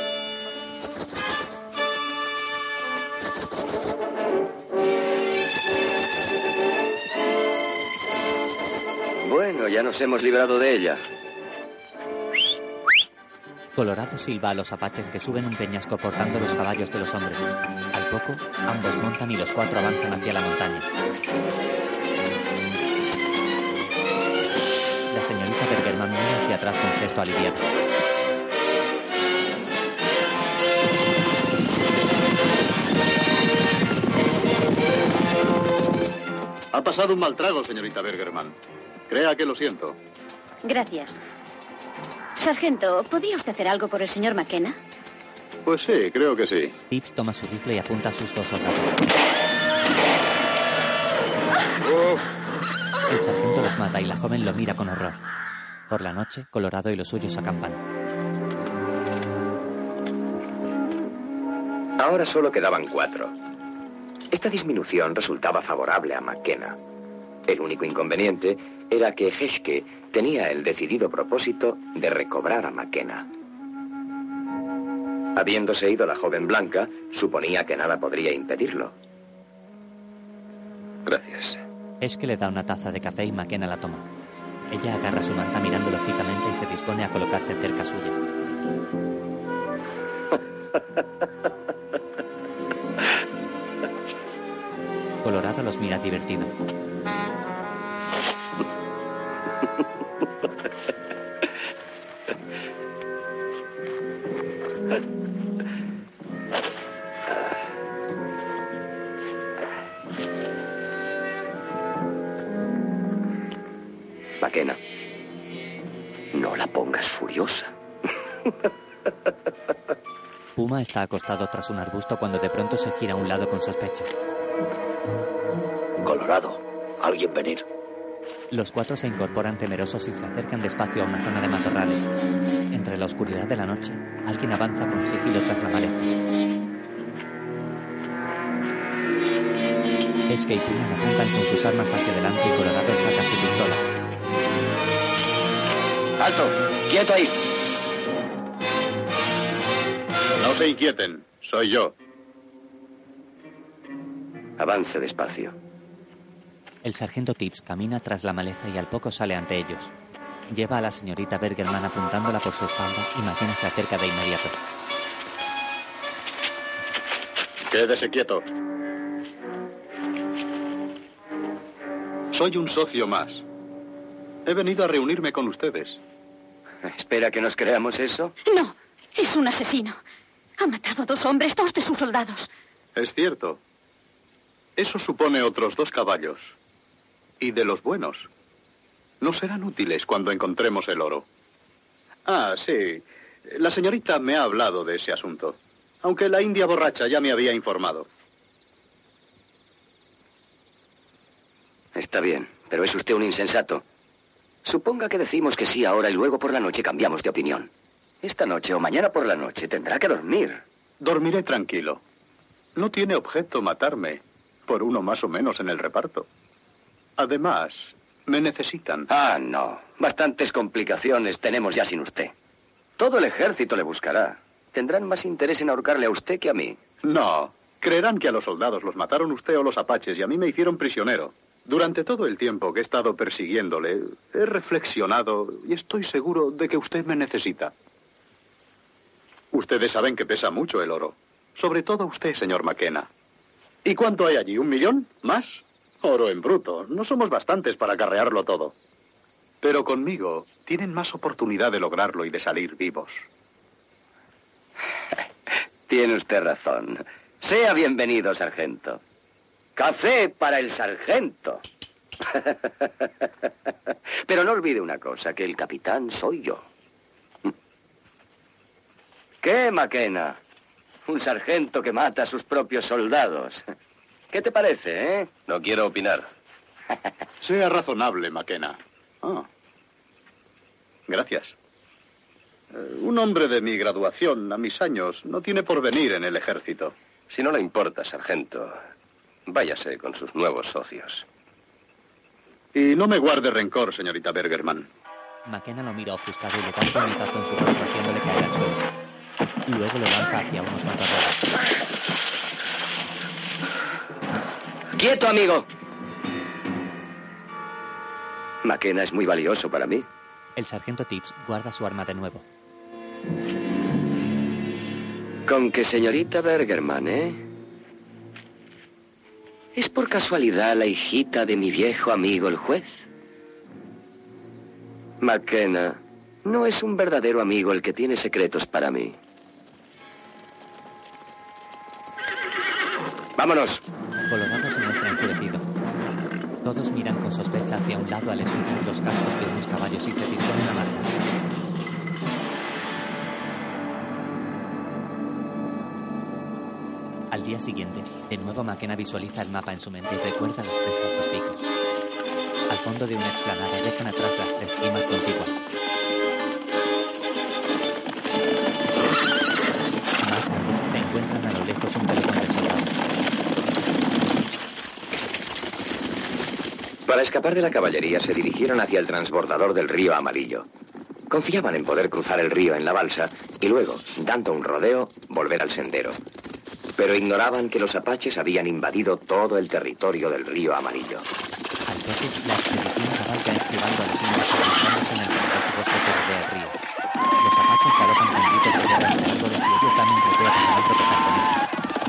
Bueno, ya nos hemos librado de ella. Colorado silba a los apaches que suben un peñasco cortando los caballos de los hombres. Al poco, ambos montan y los 4 avanzan hacia la montaña. La señorita Bergerman mira hacia atrás con gesto aliviado. Ha pasado un mal trago, señorita Bergerman. Crea que lo siento. Gracias. Sargento, ¿podría usted hacer algo por el señor McKenna? Pues sí, creo que sí. Tibbs toma su rifle y apunta a sus 2 soldados. El sargento los mata y la joven lo mira con horror. Por la noche, Colorado y los suyos acampan. Ahora solo quedaban 4. Esta disminución resultaba favorable a McKenna. El único inconveniente era que Geschke tenía el decidido propósito de recobrar a McKenna. Habiéndose ido la joven blanca, suponía que nada podría impedirlo. Gracias. Geschke le da una taza de café y McKenna la toma. Ella agarra su manta mirándolo fijamente y se dispone a colocarse cerca suya. Colorado los mira divertido. McKenna, no la pongas furiosa. Puma está acostado tras un arbusto cuando de pronto se gira a un lado con sospecha. Colorado, ¿alguien venir? Los cuatro se incorporan temerosos y se acercan despacio a una zona de matorrales. Entre la oscuridad de la noche, alguien avanza con sigilo tras la maleza. Geschke y Puma apuntan con sus armas hacia adelante y Colorado saca su pistola. ¡Alto! ¡Quieto ahí! No se inquieten, soy yo. Avance despacio. El sargento Tibbs camina tras la maleza y al poco sale ante ellos. Lleva a la señorita Bergerman apuntándola por su espalda y McKenna se acerca de inmediato. Quédese quieto. Soy un socio más. He venido a reunirme con ustedes. ¿Espera que nos creamos eso? No, es un asesino. Ha matado a 2 hombres, 2 de sus soldados. Es cierto. Eso supone otros 2 caballos. Y de los buenos. No serán útiles cuando encontremos el oro. Ah, sí. La señorita me ha hablado de ese asunto. Aunque la india borracha ya me había informado. Está bien, pero es usted un insensato. Suponga que decimos que sí ahora y luego por la noche cambiamos de opinión. Esta noche o mañana por la noche tendrá que dormir. Dormiré tranquilo. No tiene objeto matarme, por uno más o menos en el reparto. Además, me necesitan. Ah, no. Bastantes complicaciones tenemos ya sin usted. Todo el ejército le buscará. Tendrán más interés en ahorcarle a usted que a mí. No. Creerán que a los soldados los mataron usted o los apaches y a mí me hicieron prisionero. Durante todo el tiempo que he estado persiguiéndole, he reflexionado y estoy seguro de que usted me necesita. Ustedes saben que pesa mucho el oro. Sobre todo usted, señor McKenna. ¿Y cuánto hay allí? ¿1 millón? ¿Más? Oro en bruto. No somos bastantes para acarrearlo todo. Pero conmigo tienen más oportunidad de lograrlo y de salir vivos. Tiene usted razón. Sea bienvenido, sargento. Café para el sargento. Pero no olvide una cosa, que el capitán soy yo. ¿Qué, McKenna? Un sargento que mata a sus propios soldados. ¿Qué te parece, eh? No quiero opinar. Sea razonable, McKenna. Gracias. Un hombre de mi graduación, a mis años, no tiene porvenir en el ejército. Si no le importa, sargento, váyase con sus nuevos socios. Y no me guarde rencor, señorita Bergerman. McKenna lo mira ofuscado y le da un puñetazo en su rostro haciéndole caer al suelo. Luego lo lanza hacia unos matorrales. ¡Quieto, amigo! McKenna es muy valioso para mí. El sargento Tibbs guarda su arma de nuevo. Con que señorita Bergerman, ¿eh? ¿Es por casualidad la hijita de mi viejo amigo el juez? McKenna, no es un verdadero amigo el que tiene secretos para mí. ¡Vámonos! Colorado se muestra enfurecido. Todos miran con sospecha hacia un lado al escuchar los cascos de unos caballos y se disponen a marchar. Al día siguiente, de nuevo McKenna visualiza el mapa en su mente y recuerda los 3 altos picos. Al fondo de una explanada dejan atrás las 3 cimas contiguas. Más tarde, se encuentran a lo lejos un pelotón de soldados. Para escapar de la caballería se dirigieron hacia el transbordador del río Amarillo. Confiaban en poder cruzar el río en la balsa y luego, dando un rodeo, volver al sendero. Pero ignoraban que los apaches habían invadido todo el territorio del río Amarillo. Al toque, la expedición cabalga esquivando a los indios avanzándose en el peligroso bosque que rodea el río. Los apaches galopan con gritos de guerra entre árboles y ellos dan un rodeo para no tropezar con esto.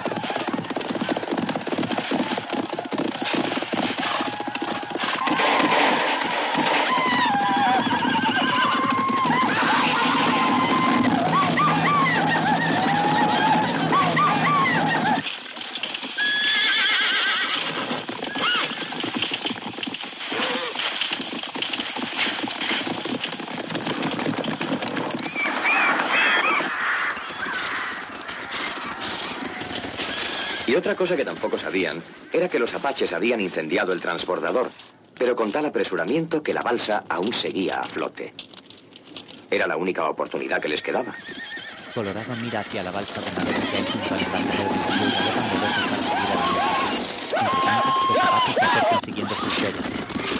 Y otra cosa que tampoco sabían era que los apaches habían incendiado el transbordador, pero con tal apresuramiento que la balsa aún seguía a flote. Era la única oportunidad que les quedaba. Colorado mira hacia la balsa de madera que hay junto al embarcadero y galopan de lejos para subir a la mesa. Entre tanto, los apaches se acercan siguiendo sus huellas.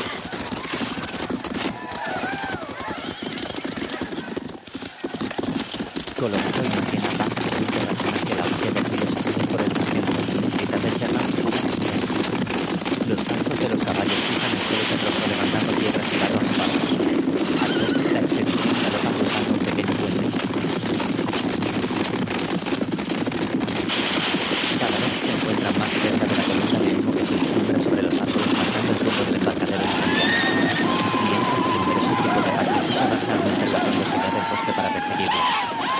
Colorado imagina a Buck y Winter hacia la orilla del río seguidos por el sargento. Los cascos de los caballos pisan el suelo terroso levantando piedras y barro a su paso. Al toque, la expedición galopa cruzando un pequeño puente. Cada vez se encuentran más cerca de la columna de humo que se vislumbra sobre los árboles marcando el rumbo del embarcadero incendiario. Mientras el numeroso grupo de apaches sigue avanzando entre la frondosidad del bosque para perseguirlos.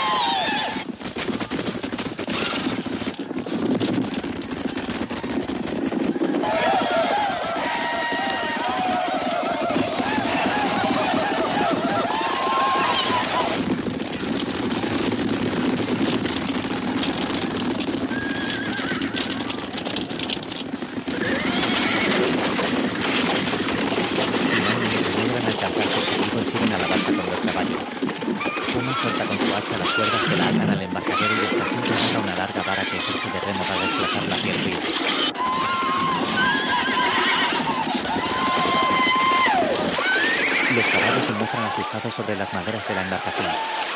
Sobre las maderas de la embarcación.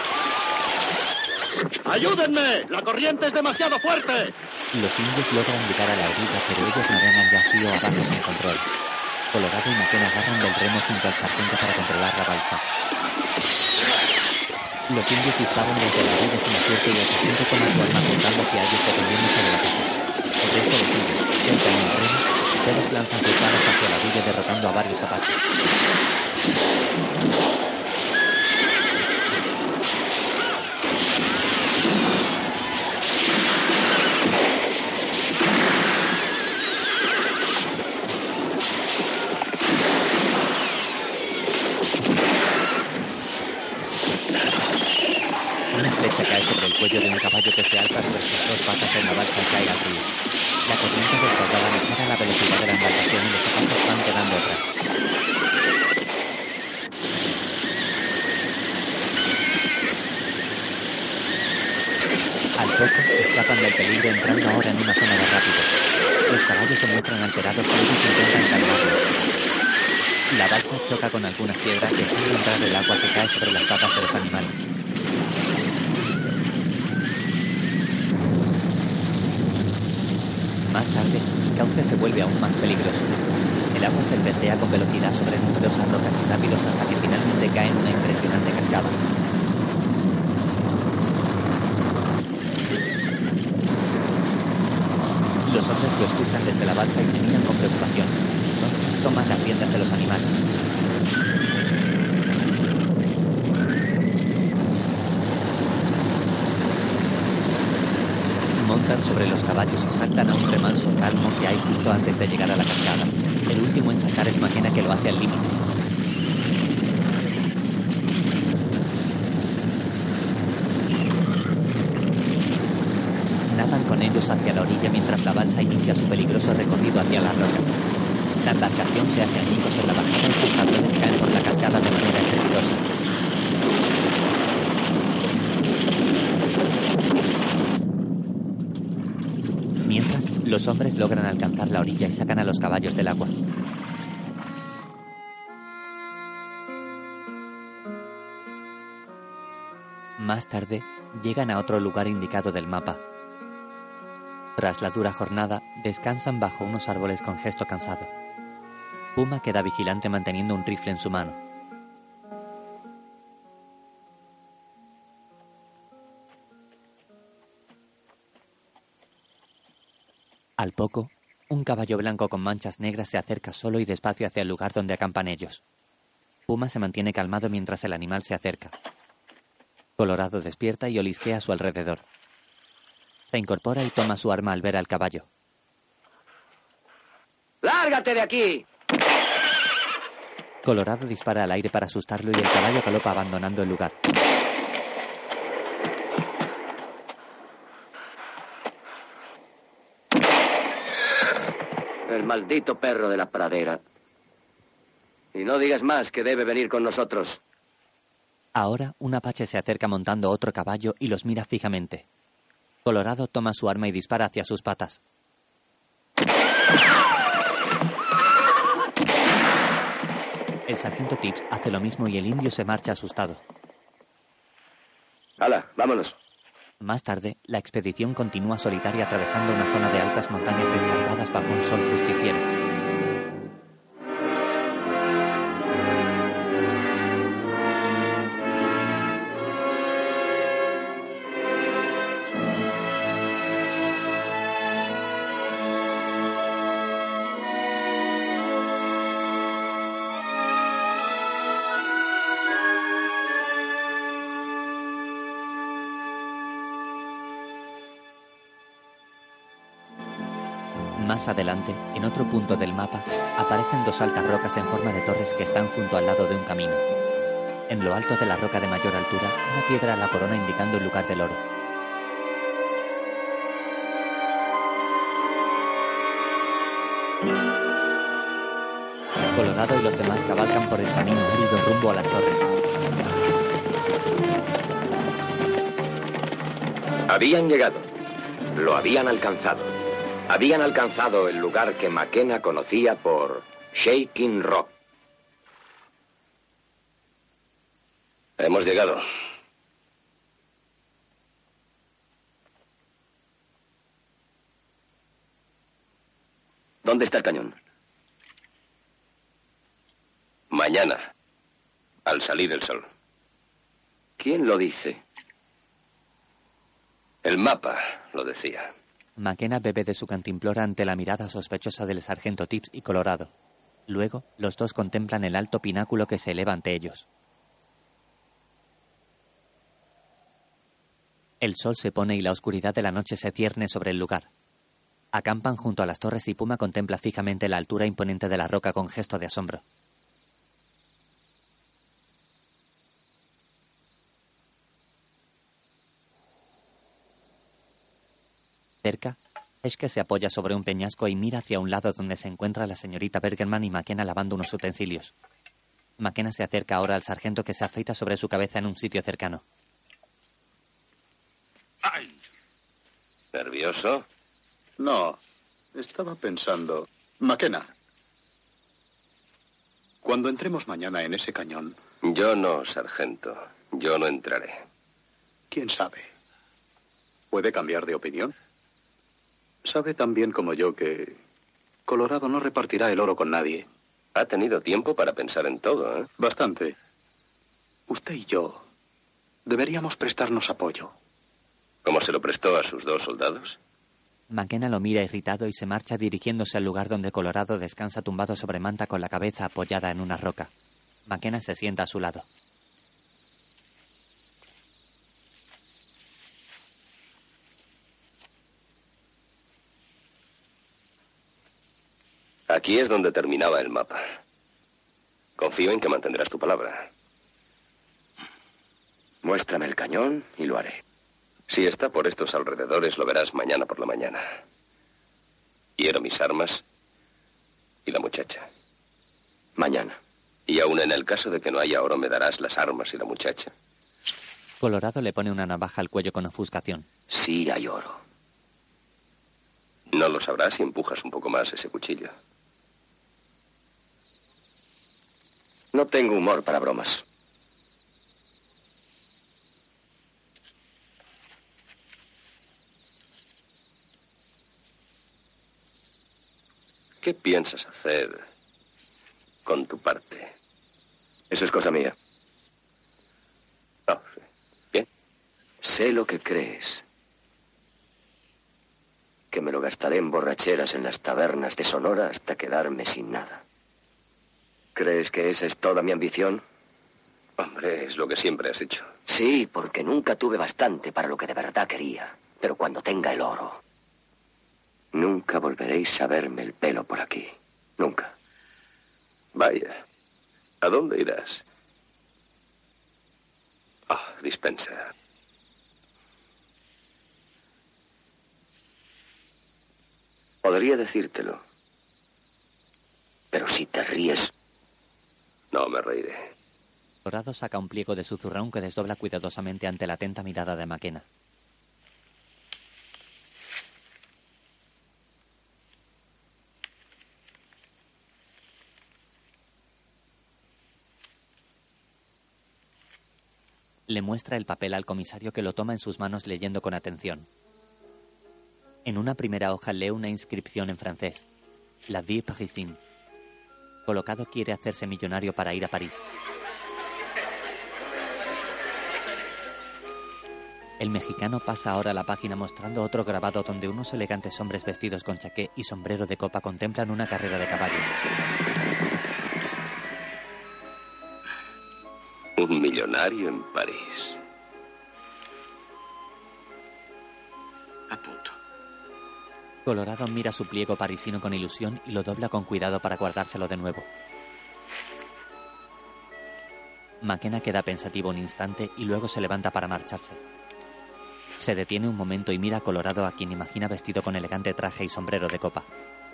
¡Ayúdenme! ¡La corriente es demasiado fuerte! Los indios logran llegar a la orilla, pero ellos navegan ya frío abajo sin control. Colorado y McKenna agarran del remo junto al sargento para controlar la balsa. Los indios disparan desde la orilla sin acierto y el sargento toma su arma apuntando hacia ellos defendiéndose del ataque. El resto les sigue. Entran en el remo, todos lanzan sus balas hacia la orilla derrotando a varios apaches. Cae sobre el cuello de un caballo que se alza sobre sus dos patas en la balsa y cae al río. La corriente del caudal mejora la velocidad de la embarcación y los apaches van quedando atrás. Al poco, escapan del peligro entrando ahora en una zona de rápidos. Los caballos se muestran alterados y ellos intentan calmarlos. La balsa choca con algunas piedras y dejan entrar el agua que cae sobre las patas de los animales. Más tarde, el cauce se vuelve aún más peligroso. El agua serpentea con velocidad sobre numerosas rocas y rápidos hasta que finalmente cae en una impresionante cascada. Los hombres lo escuchan desde la balsa y se miran con preocupación. Entonces toman las riendas de los animales. Montan sobre los caballos y saltan a un remanso calmo que hay justo antes de llegar a la cascada. El último en saltar es McKenna, que lo hace al límite. Nadan con ellos hacia la orilla mientras la balsa inicia su peligroso recorrido hacia las rocas. La embarcación se hace añicos en la bajada y sus tablones caen por la cascada de manera estrepitosa. Mientras, los hombres logran alcanzar la orilla y sacan a los caballos del agua. Más tarde, llegan a otro lugar indicado del mapa. Tras la dura jornada, descansan bajo unos árboles con gesto cansado. Puma queda vigilante manteniendo un rifle en su mano. Al poco, un caballo blanco con manchas negras se acerca solo y despacio hacia el lugar donde acampan ellos. Puma se mantiene calmado mientras el animal se acerca. Colorado despierta y olisquea a su alrededor. Se incorpora y toma su arma al ver al caballo. ¡Lárgate de aquí! Colorado dispara al aire para asustarlo y el caballo galopa abandonando el lugar. El maldito perro de la pradera. Y no digas más, que debe venir con nosotros. Ahora, un apache se acerca montando otro caballo y los mira fijamente. Colorado toma su arma y dispara hacia sus patas. El sargento Tips hace lo mismo y el indio se marcha asustado. ¡Hala, vámonos! Más tarde, la expedición continúa solitaria atravesando una zona de altas montañas escarpadas bajo un sol justiciero. Más adelante, en otro punto del mapa, aparecen dos altas rocas en forma de torres que están junto al lado de un camino. En lo alto de la roca de mayor altura, una piedra la corona indicando el lugar del oro. Colorado y los demás cabalgan por el camino árido rumbo a las torres. Habían llegado. Lo habían alcanzado. Habían alcanzado el lugar que McKenna conocía por Shaking Rock. Hemos llegado. ¿Dónde está el cañón? Mañana, al salir el sol. ¿Quién lo dice? El mapa lo decía. McKenna bebe de su cantimplora ante la mirada sospechosa del sargento Tips y Colorado. Luego, los dos contemplan el alto pináculo que se eleva ante ellos. El sol se pone y la oscuridad de la noche se cierne sobre el lugar. Acampan junto a las torres y Puma contempla fijamente la altura imponente de la roca con gesto de asombro. Cerca, Eske se apoya sobre un peñasco y mira hacia un lado donde se encuentra la señorita Bergerman y McKenna lavando unos utensilios. McKenna se acerca ahora al sargento que se afeita sobre su cabeza en un sitio cercano. ¡Ay! ¿Nervioso? No, estaba pensando... McKenna, cuando entremos mañana en ese cañón... Yo no, sargento. Yo no entraré. ¿Quién sabe? ¿Puede cambiar de opinión? Sabe tan bien como yo que Colorado no repartirá el oro con nadie. Ha tenido tiempo para pensar en todo, ¿eh? Bastante. Usted y yo deberíamos prestarnos apoyo. ¿Cómo se lo prestó a sus dos soldados? McKenna lo mira irritado y se marcha dirigiéndose al lugar donde Colorado descansa tumbado sobre manta con la cabeza apoyada en una roca. McKenna se sienta a su lado. Aquí es donde terminaba el mapa. Confío en que mantendrás tu palabra. Muéstrame el cañón y lo haré. Si está por estos alrededores, lo verás mañana por la mañana. Quiero mis armas y la muchacha. Mañana. Y aún en el caso de que no haya oro, ¿me darás las armas y la muchacha? Colorado le pone una navaja al cuello con ofuscación. Sí hay oro. No lo sabrás si empujas un poco más ese cuchillo. No tengo humor para bromas. ¿Qué piensas hacer con tu parte? Eso es cosa mía. Oh, sí. Bien. Sé lo que crees. Que me lo gastaré en borracheras en las tabernas de Sonora hasta quedarme sin nada. ¿Crees que esa es toda mi ambición? Hombre, es lo que siempre has hecho. Sí, porque nunca tuve bastante para lo que de verdad quería. Pero cuando tenga el oro, nunca volveréis a verme el pelo por aquí. Nunca. Vaya. ¿A dónde irás? Ah, dispensa. Podría decírtelo. Pero si te ríes... No me reiré. Colorado saca un pliego de su zurrón que desdobla cuidadosamente ante la atenta mirada de McKenna. Le muestra el papel al comisario, que lo toma en sus manos leyendo con atención. En una primera hoja lee una inscripción en francés. La vie parisienne. Colocado quiere hacerse millonario para ir a París. El mexicano pasa ahora la página mostrando otro grabado donde unos elegantes hombres vestidos con chaqué y sombrero de copa contemplan una carrera de caballos. Un millonario en París. A punto. Colorado mira su pliego parisino con ilusión y lo dobla con cuidado para guardárselo de nuevo. McKenna queda pensativo un instante y luego se levanta para marcharse. Se detiene un momento y mira a Colorado, a quien imagina vestido con elegante traje y sombrero de copa.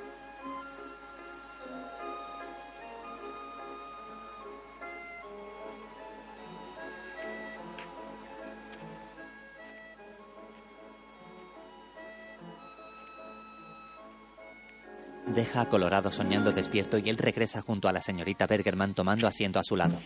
Deja a Colorado soñando despierto y él regresa junto a la señorita Bergerman tomando asiento a su lado.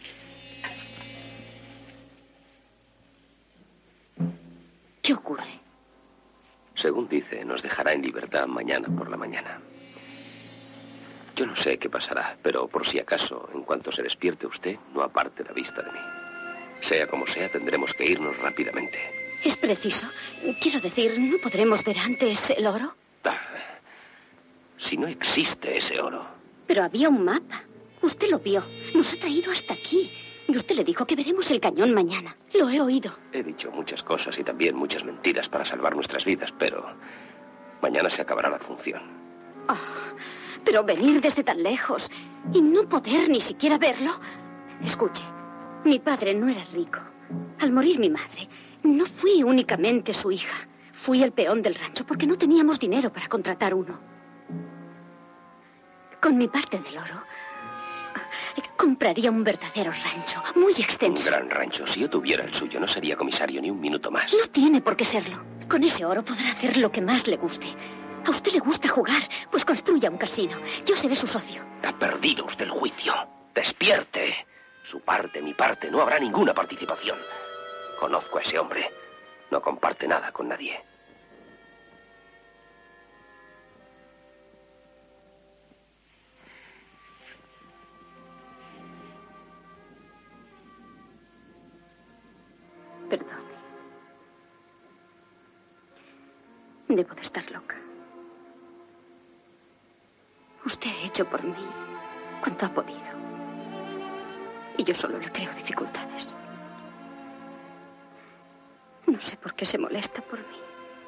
¿Qué ocurre? Según dice, nos dejará en libertad mañana por la mañana. Yo no sé qué pasará, pero por si acaso, en cuanto se despierte usted, no aparte la vista de mí. Sea como sea, tendremos que irnos rápidamente. ¿Es preciso? Quiero decir, ¿no podremos ver antes el oro? Si no existe ese oro. Pero había un mapa. Usted lo vio. Nos ha traído hasta aquí. Y usted le dijo que veremos el cañón mañana. Lo he oído. He dicho muchas cosas y también muchas mentiras para salvar nuestras vidas, pero mañana se acabará la función. Oh, pero venir desde tan lejos y no poder ni siquiera verlo. Escuche, mi padre no era rico. Al morir mi madre, no fui únicamente su hija. Fui el peón del rancho porque no teníamos dinero para contratar uno. Con mi parte del oro, compraría un verdadero rancho, muy extenso. Un gran rancho. Si yo tuviera el suyo, no sería comisario ni un minuto más. No tiene por qué serlo. Con ese oro podrá hacer lo que más le guste. A usted le gusta jugar, pues construya un casino. Yo seré su socio. Ha perdido usted el juicio. Despierte. Su parte, mi parte, no habrá ninguna participación. Conozco a ese hombre. No comparte nada con nadie. Perdone. Debo de estar loca. Usted ha hecho por mí cuanto ha podido. Y yo solo le creo dificultades. No sé por qué se molesta por mí.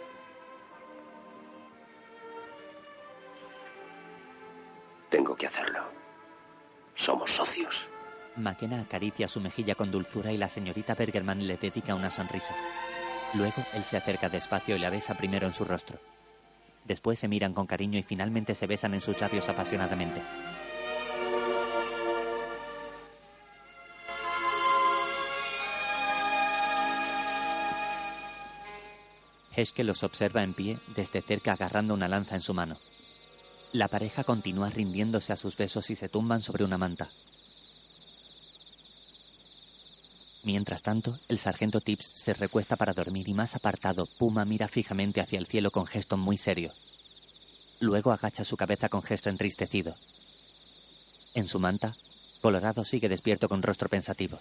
Tengo que hacerlo. Somos socios. McKenna acaricia su mejilla con dulzura y la señorita Bergerman le dedica una sonrisa. Luego él se acerca despacio y la besa primero en su rostro. Después se miran con cariño y finalmente se besan en sus labios apasionadamente. Heschke los observa en pie desde cerca agarrando una lanza en su mano. La pareja continúa rindiéndose a sus besos y se tumban sobre una manta. Mientras tanto, el sargento Tibbs se recuesta para dormir y más apartado, Puma mira fijamente hacia el cielo con gesto muy serio. Luego agacha su cabeza con gesto entristecido. En su manta, Colorado sigue despierto con rostro pensativo.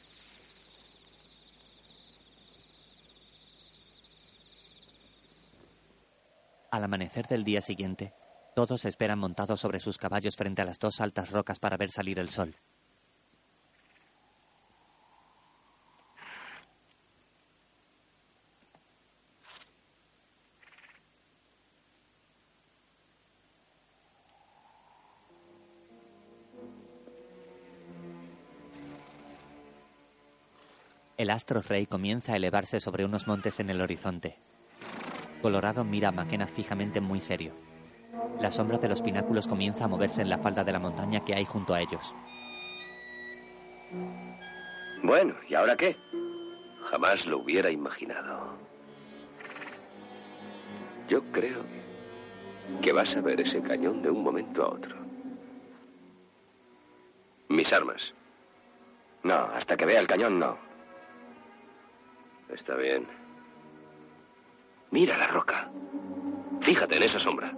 Al amanecer del día siguiente, todos esperan montados sobre sus caballos frente a las dos altas rocas para ver salir el sol. El astro rey comienza a elevarse sobre unos montes en el horizonte. Colorado mira a McKenna fijamente muy serio. La sombra de los pináculos comienza a moverse en la falda de la montaña que hay junto a ellos. Bueno, ¿y ahora qué? Jamás lo hubiera imaginado. Yo creo que vas a ver ese cañón de un momento a otro. Mis armas. No, hasta que vea el cañón, no. Está bien. Mira la roca. Fíjate en esa sombra.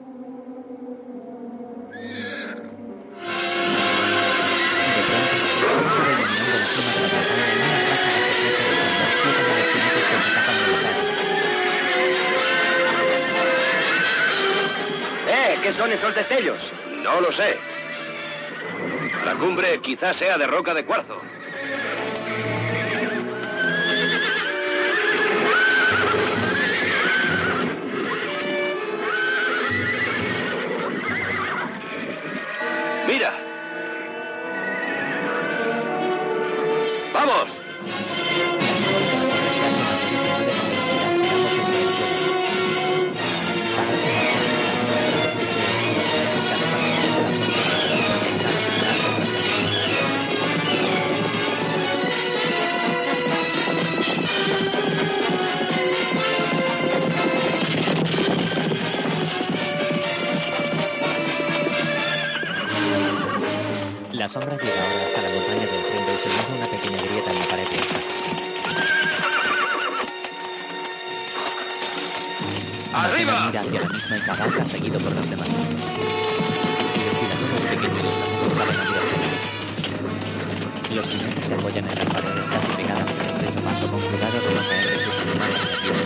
¿Qué son esos destellos? No lo sé. La cumbre quizás sea de roca de cuarzo. ¡Mira! ¡Vamos! La sombra llega ahora hasta la montaña del frente y se muestra una pequeña grieta en la pared esta. ¡Arriba! Mira hacia la misma y cabalga seguido por los demás. Los tiradores pequeños cortaban a los jinetes se apoyan en las paredes casi pegadas al estrecho paso con cuidado de no caer de sus animales nerviosos.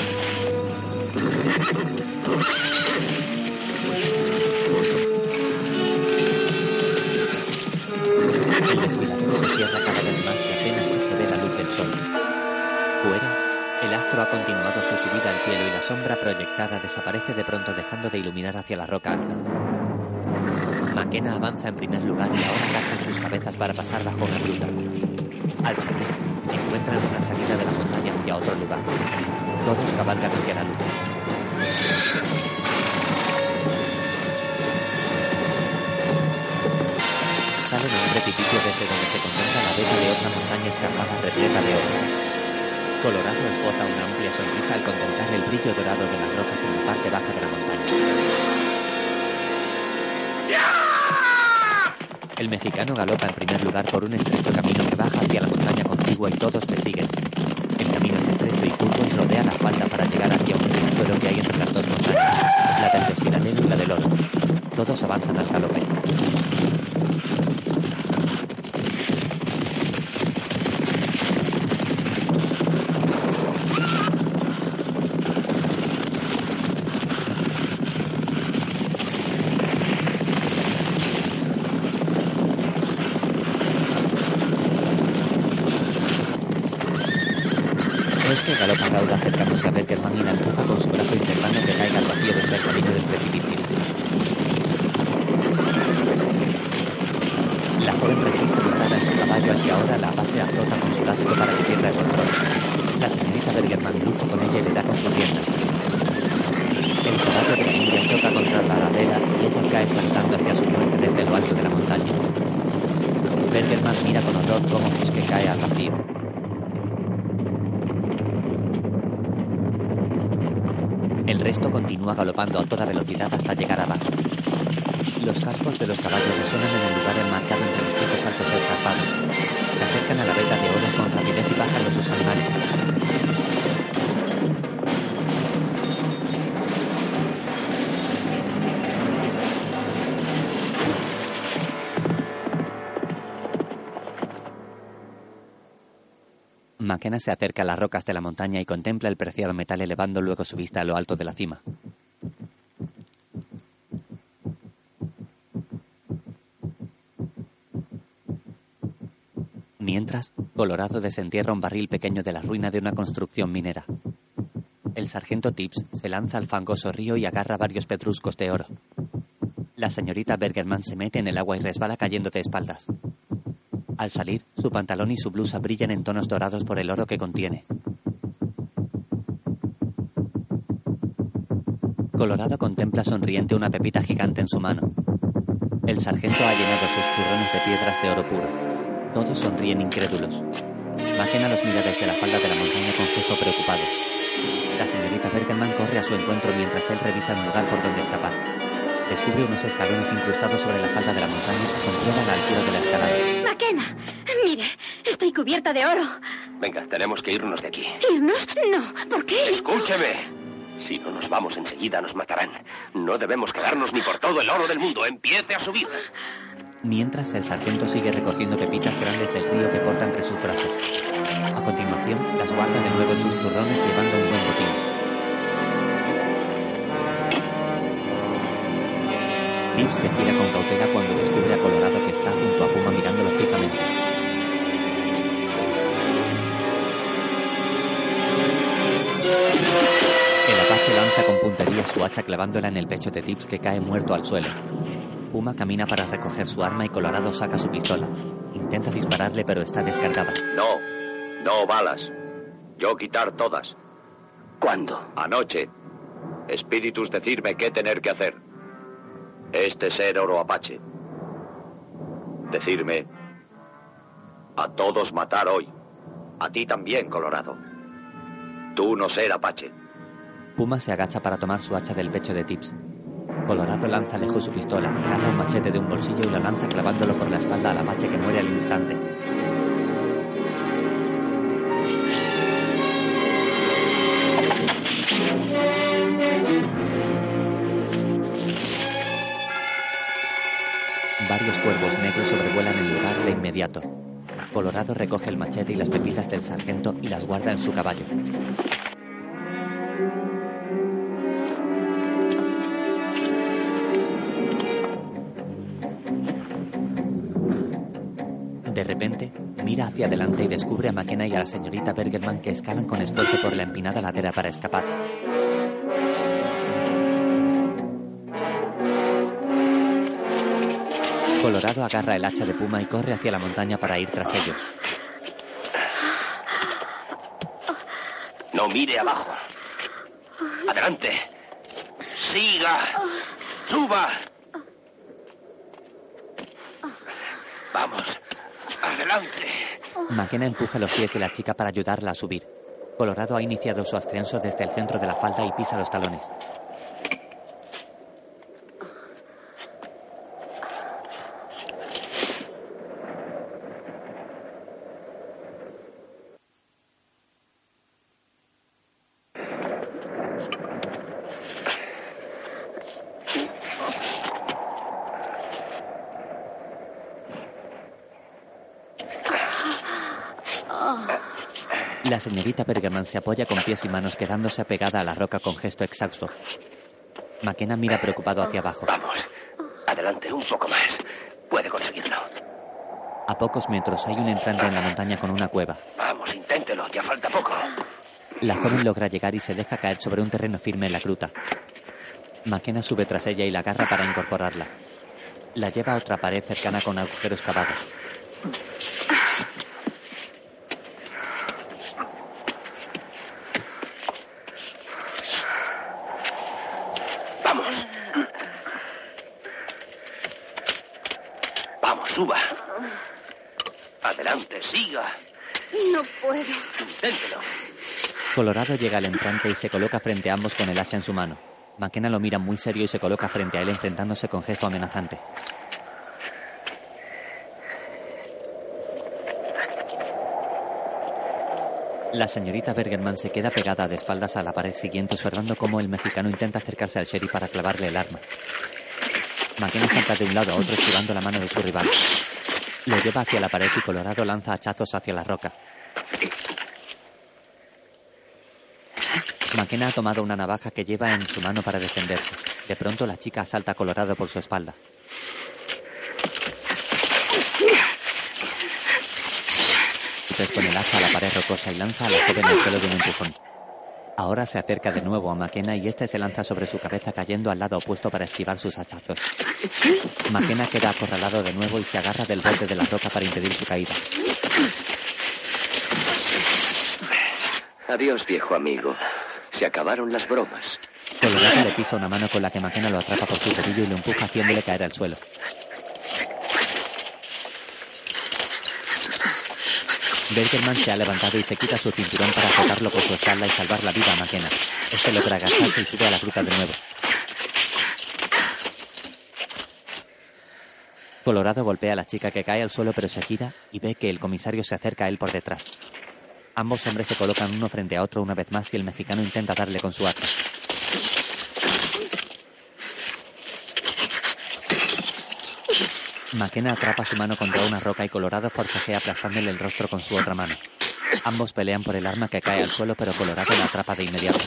El desfiladero se cierra cada vez más y apenas se ve la luz del sol. Fuera, el astro ha continuado su subida al cielo y la sombra proyectada desaparece de pronto dejando de iluminar hacia la roca alta. McKenna avanza en primer lugar y ahora agachan sus cabezas para pasar bajo una gruta. Al salir, encuentran una salida de la montaña hacia otro lugar. Todos cabalgan hacia la luz. Sale de un precipicio desde donde se contempla la veta de otra montaña escarpada repleta de oro. Colorado esboza una amplia sonrisa al contemplar el brillo dorado de las rocas en la parte baja de la montaña. El mexicano galopa en primer lugar por un estrecho camino que baja hacia la montaña contigua y todos le siguen. El camino es estrecho y curvo y rodea la falda para llegar hacia un riachuelo que hay entre las dos montañas, la del Desfiladero y la del Oro. Todos avanzan al galope. Que galopa rauda acercándose a Beckerman y la empuja con su brazo intentando que caiga al vacío del camino del precipicio. La joven resiste montada en su caballo al que ahora la abache azota con su lazo para que pierda el control. La señorita Bergerman lucha con ella y le da con su pierna. El caballo de la India choca contra la ladera y ella cae saltando hacia su muerte desde lo alto de la montaña. Bergerman mira con horror cómo Fiske cae al vacío. El resto continúa galopando a toda velocidad hasta llegar abajo. Los cascos de los caballos resuenan en el lugar enmarcado entre los picos altos escarpados. Se acercan a la veta de oro con rapidez y bajan sus animales. McKenna se acerca a las rocas de la montaña y contempla el preciado metal elevando luego su vista a lo alto de la cima. Mientras, Colorado desentierra un barril pequeño de la ruina de una construcción minera. El sargento Tibbs se lanza al fangoso río y agarra varios pedruscos de oro. La señorita Bergerman se mete en el agua y resbala cayendo de espaldas. Al salir, su pantalón y su blusa brillan en tonos dorados por el oro que contiene. Colorado contempla sonriente una pepita gigante en su mano. El sargento ha llenado sus zurrones de piedras de oro puro. Todos sonríen incrédulos. McKenna los mira desde la falda de la montaña con gesto preocupado. La señorita Bergerman corre a su encuentro mientras él revisa el lugar por donde escapar. Descubre unos escalones incrustados sobre la falda de la montaña que comprueban la altura de la escalada. McKenna, mire, estoy cubierta de oro. Venga, tenemos que irnos de aquí. ¿Irnos? No, ¿por qué? ¡Escúcheme! Si no nos vamos enseguida, nos matarán. No debemos quedarnos ni por todo el oro del mundo. ¡Empiece a subir! Mientras, el sargento sigue recogiendo pepitas grandes del río que porta entre sus brazos. A continuación, las guarda de nuevo en sus zurrones llevando un buen botín. Tibbs se gira con cautela cuando descubre a Colorado que está junto a Puma mirándolo fijamente. El apache lanza con puntería su hacha clavándola en el pecho de Tibbs, que cae muerto al suelo. Puma camina para recoger su arma y Colorado saca su pistola. Intenta dispararle, pero está descargada. No balas. Yo quitar todas. ¿Cuándo? Anoche. Espíritus decirme qué tener que hacer. Este ser oro apache. Decirme a todos matar hoy. A ti también, Colorado. Tú no ser apache. Puma se agacha para tomar su hacha del pecho de Tibbs. Colorado lanza lejos su pistola, agarra un machete de un bolsillo y lo lanza clavándolo por la espalda al apache, que muere al instante. Varios cuervos negros sobrevuelan el lugar de inmediato. Colorado recoge el machete y las pepitas del sargento y las guarda en su caballo. De repente, mira hacia adelante y descubre a McKenna y a la señorita Bergerman que escalan con esfuerzo por la empinada ladera para escapar. Colorado agarra el hacha de Puma y corre hacia la montaña para ir tras ellos. No mire abajo. Adelante. Siga. Suba. Vamos. Adelante. McKenna empuja los pies de la chica para ayudarla a subir. Colorado ha iniciado su ascenso desde el centro de la falda y pisa los talones. La señorita Bergerman se apoya con pies y manos quedándose apegada a la roca con gesto exhausto. McKenna mira preocupado hacia abajo. Vamos. Adelante, un poco más. Puede conseguirlo. A pocos metros hay un entrante en la montaña con una cueva. Vamos, inténtelo. Ya falta poco. La joven logra llegar y se deja caer sobre un terreno firme en la gruta. McKenna sube tras ella y la agarra para incorporarla. La lleva a otra pared cercana con agujeros cavados. Suba. Adelante, siga. No puedo. Inténtelo. Colorado llega al entrante y se coloca frente a ambos con el hacha en su mano. McKenna lo mira muy serio y se coloca frente a él enfrentándose con gesto amenazante. La señorita Bergerman se queda pegada de espaldas a la pared siguiente, observando cómo el mexicano intenta acercarse al sheriff para clavarle el arma. McKenna salta de un lado a otro esquivando la mano de su rival. Lo lleva hacia la pared y Colorado lanza hachazos hacia la roca. McKenna ha tomado una navaja que lleva en su mano para defenderse. De pronto la chica asalta a Colorado por su espalda. Entonces pone el hacha a la pared rocosa y lanza a la joven al suelo de un empujón. Ahora se acerca de nuevo a McKenna y este se lanza sobre su cabeza cayendo al lado opuesto para esquivar sus hachazos. McKenna queda acorralado de nuevo y se agarra del borde de la roca para impedir su caída. Adiós, viejo amigo. Se acabaron las bromas. Colorado le pisa una mano con la que McKenna lo atrapa por su tobillo y lo empuja haciéndole caer al suelo. Bergerman se ha levantado y se quita su cinturón para azotarlo por su espalda y salvar la vida a McKenna. Este logra agacharse y sube a la gruta de nuevo. Colorado golpea a la chica que cae al suelo pero se gira y ve que el comisario se acerca a él por detrás. Ambos hombres se colocan uno frente a otro una vez más y el mexicano intenta darle con su hacha. McKenna atrapa su mano contra una roca y Colorado forcejea aplastándole el rostro con su otra mano. Ambos pelean por el arma que cae al suelo, pero Colorado la atrapa de inmediato.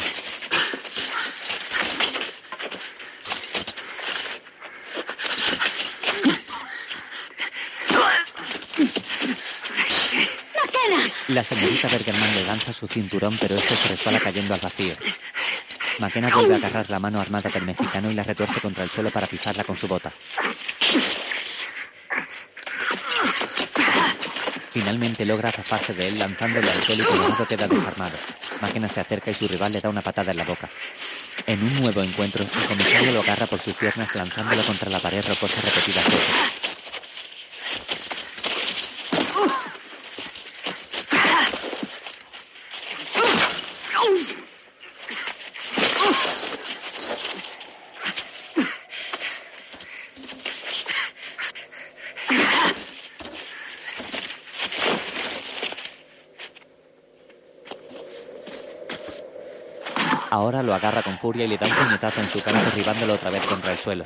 ¡McKenna! La señorita Bergerman le lanza su cinturón, pero este se resbala cayendo al vacío. McKenna vuelve a agarrar la mano armada del mexicano y la retuerce contra el suelo para pisarla con su bota. Finalmente logra zafarse de él lanzándole al suelo y Colorado queda desarmado. McKenna se acerca y su rival le da una patada en la boca. En un nuevo encuentro, el comisario lo agarra por sus piernas lanzándolo contra la pared rocosa repetidas veces. Ahora lo agarra con furia y le da un puñetazo en su cara derribándolo otra vez contra el suelo.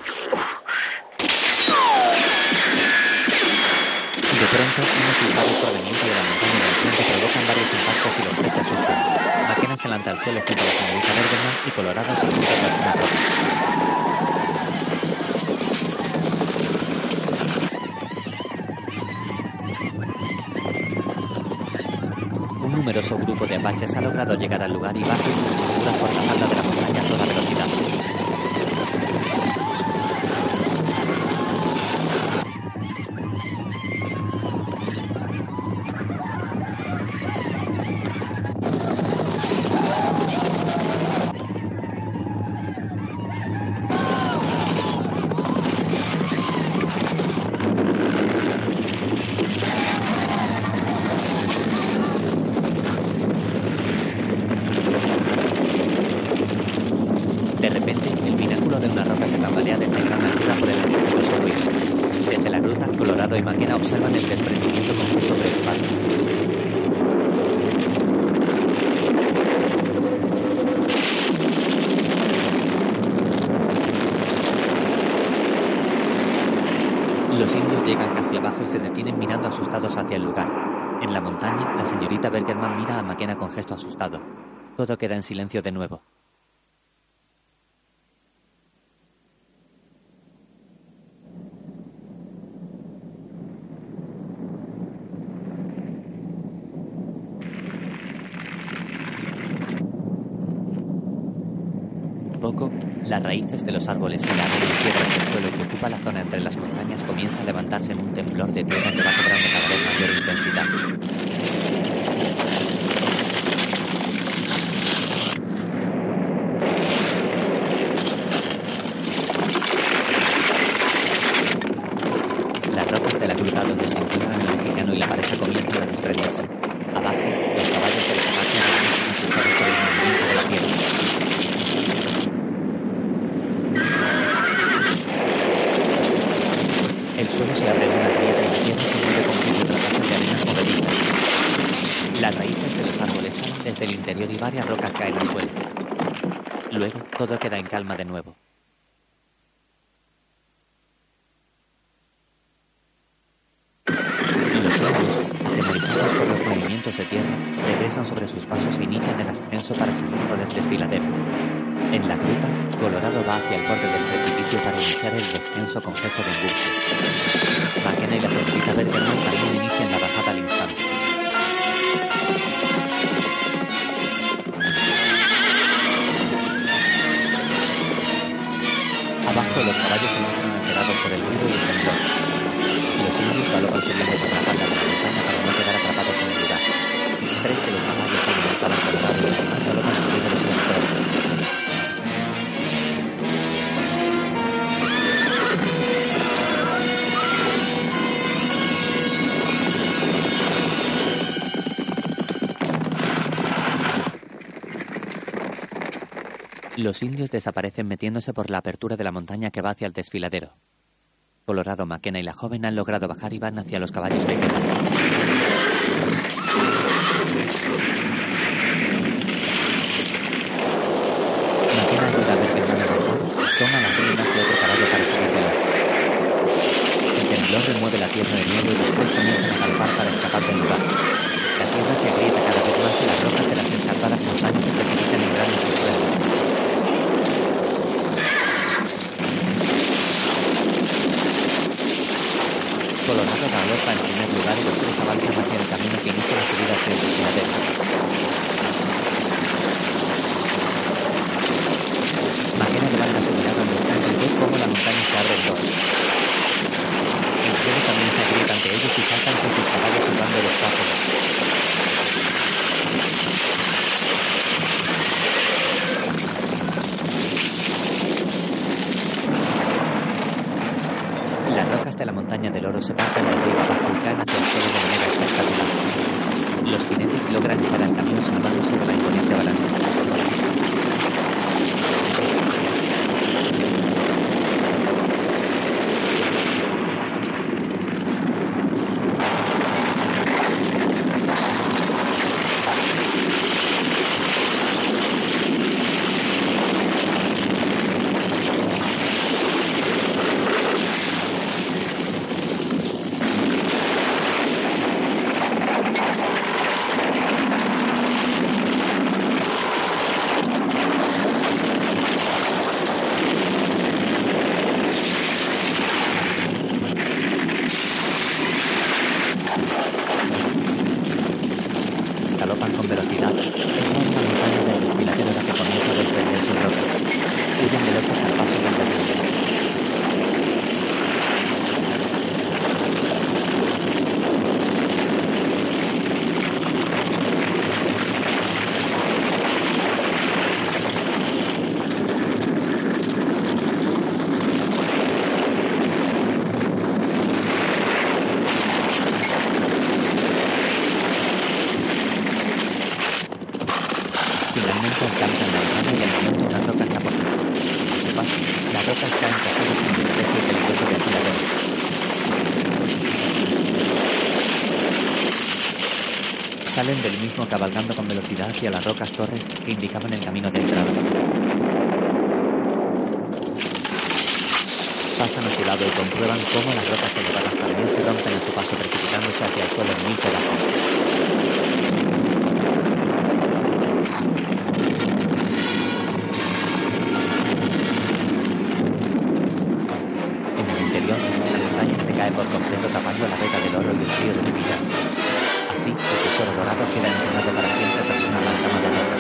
De pronto, unos disparos provenientes de la montaña del frente provocan varios impactos y los tres se asustan. McKenna se lanza al suelo junto a la señorita Bergerman y Colorado se junta tras una roca. Un numeroso grupo de apaches ha logrado llegar al lugar y bajan sus estructuras por la falda de la montaña a toda velocidad. De repente, el pináculo de una roca se tambalea desde gran altura por el estrepitoso ruido. Desde la gruta, Colorado y McKenna observan el desprendimiento con gesto preocupado. Los indios llegan casi abajo y se detienen mirando asustados hacia el lugar. En la montaña, la señorita Bergerman mira a McKenna con gesto asustado. Todo queda en silencio de nuevo. Poco, las raíces de los árboles y la arena y piedras del suelo que ocupa la zona entre las montañas comienza a levantarse en un temblor de tierra que va cobrando cada vez mayor intensidad. Las rocas de la gruta donde se encuentran el mexicano y la pareja comienzan a desprenderse. Abajo, los caballos de los apaches realizan asustados por el movimiento de la tierra. El suelo se abre en una grieta y la tierra se mueve como si se tratase de arenas movedizas. Las raíces de los árboles salen desde el interior y varias rocas caen al suelo. Luego, todo queda en calma de nuevo. Los indios, atemorizados por los movimientos de tierra, regresan sobre sus pasos e inician el ascenso descenso para seguir por el desfiladero. En la gruta, Colorado va hacia el borde del precipicio para iniciar el descenso con gesto de angustia. McKenna y la señorita Bergerman también inician la bajada al instante. Abajo, los caballos se muestran alterados por el ruido y el temblor. Los indios galopan subiendo por la falda de la montaña para no quedar atrapados en el lugar. 3 de los caballos que alimentaban Colorado y los demás galopan subiendo los entornos. Los indios desaparecen metiéndose por la apertura de la montaña que va hacia el desfiladero. Colorado, McKenna y la joven han logrado bajar y van hacia los caballos que quedan. McKenna ayuda a Bergerman a bajar y toma las riendas de otro caballo para subir de él. El temblor remueve la tierra de nuevo y los tres comienzan a galopar para escapar del lugar. La tierra se agrieta cada vez más y las rocas de las escarpadas montañas se precipitan en grandes estruendos. Colorado galopa en primer lugar y los tres avanzan hacia el camino que inicia la subida hacia el desfiladero. McKenna levanta su mirada al instante y ve cómo la montaña se abre en dos. El suelo también se agrieta ante ellos y saltan con sus caballos salvando los obstáculos. Las rocas de la montaña del oro se parten de arriba abajo y caen hacia el suelo de manera espectacular. Los jinetes logran llegar al camino salvándose de la imponente avalancha. Galopan con velocidad. Es ahora una montaña del desfiladero la que comienza a desvender sus rocas. Huyen veloces al paso del derrumbe. Finalmente alcanzan la entrada y al momento una roca está por debajo. A su paso, las rocas caen casadas en el estrecho y peligroso desfiladero. Salen del mismo cabalgando con velocidad hacia las rocas torres que indicaban el camino de entrada. Pasan a su lado y comprueban cómo las rocas elevadas también se rompen a su paso precipitándose hacia el suelo en 1000 pedazos. La montaña se cae por completo tapando la vega del oro y el río de bebidas. Así, el tesoro dorado queda enterrado para siempre tras una amalgama de rocas.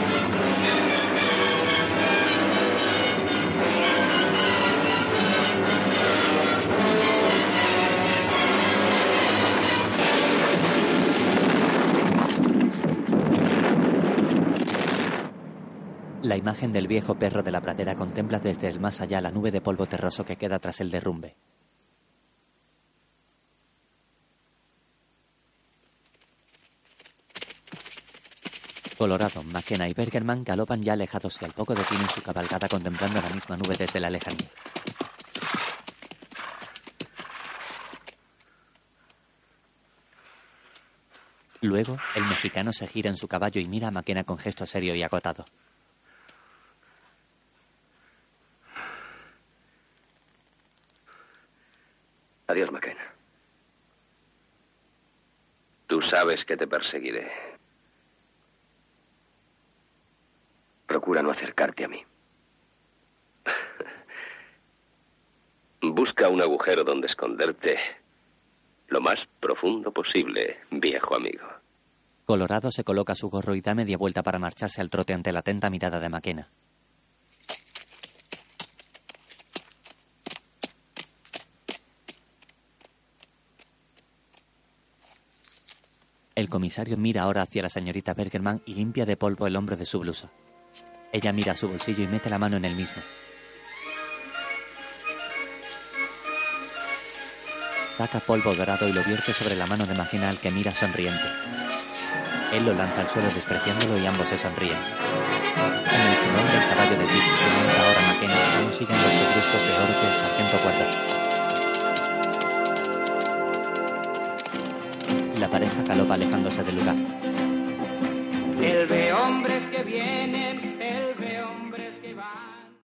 La imagen del viejo perro de la pradera contempla desde el más allá la nube de polvo terroso que queda tras el derrumbe. Colorado, McKenna y Bergerman galopan ya alejados y al poco detienen su cabalgada contemplando la misma nube desde la lejanía. Luego, el mexicano se gira en su caballo y mira a McKenna con gesto serio y agotado. Adiós, McKenna. Tú sabes que te perseguiré. procura no acercarte a mí. Busca un agujero donde esconderte lo más profundo posible, viejo amigo. Colorado se coloca su gorro y da media vuelta para marcharse al trote ante la atenta mirada de McKenna. El comisario mira ahora hacia la señorita Bergerman y limpia de polvo el hombro de su blusa. Ella mira a su bolsillo y mete la mano en el mismo. Saca polvo dorado y lo vierte sobre la mano de McKenna, al que mira sonriente. Él lo lanza al suelo despreciándolo y ambos se sonríen. En el furón del caballo de Beach que monta ahora McKenna aún siguen los pedruscos de oro del sargento Cuarto. La pareja galopa alejándose del lugar. Él ve hombres que vienen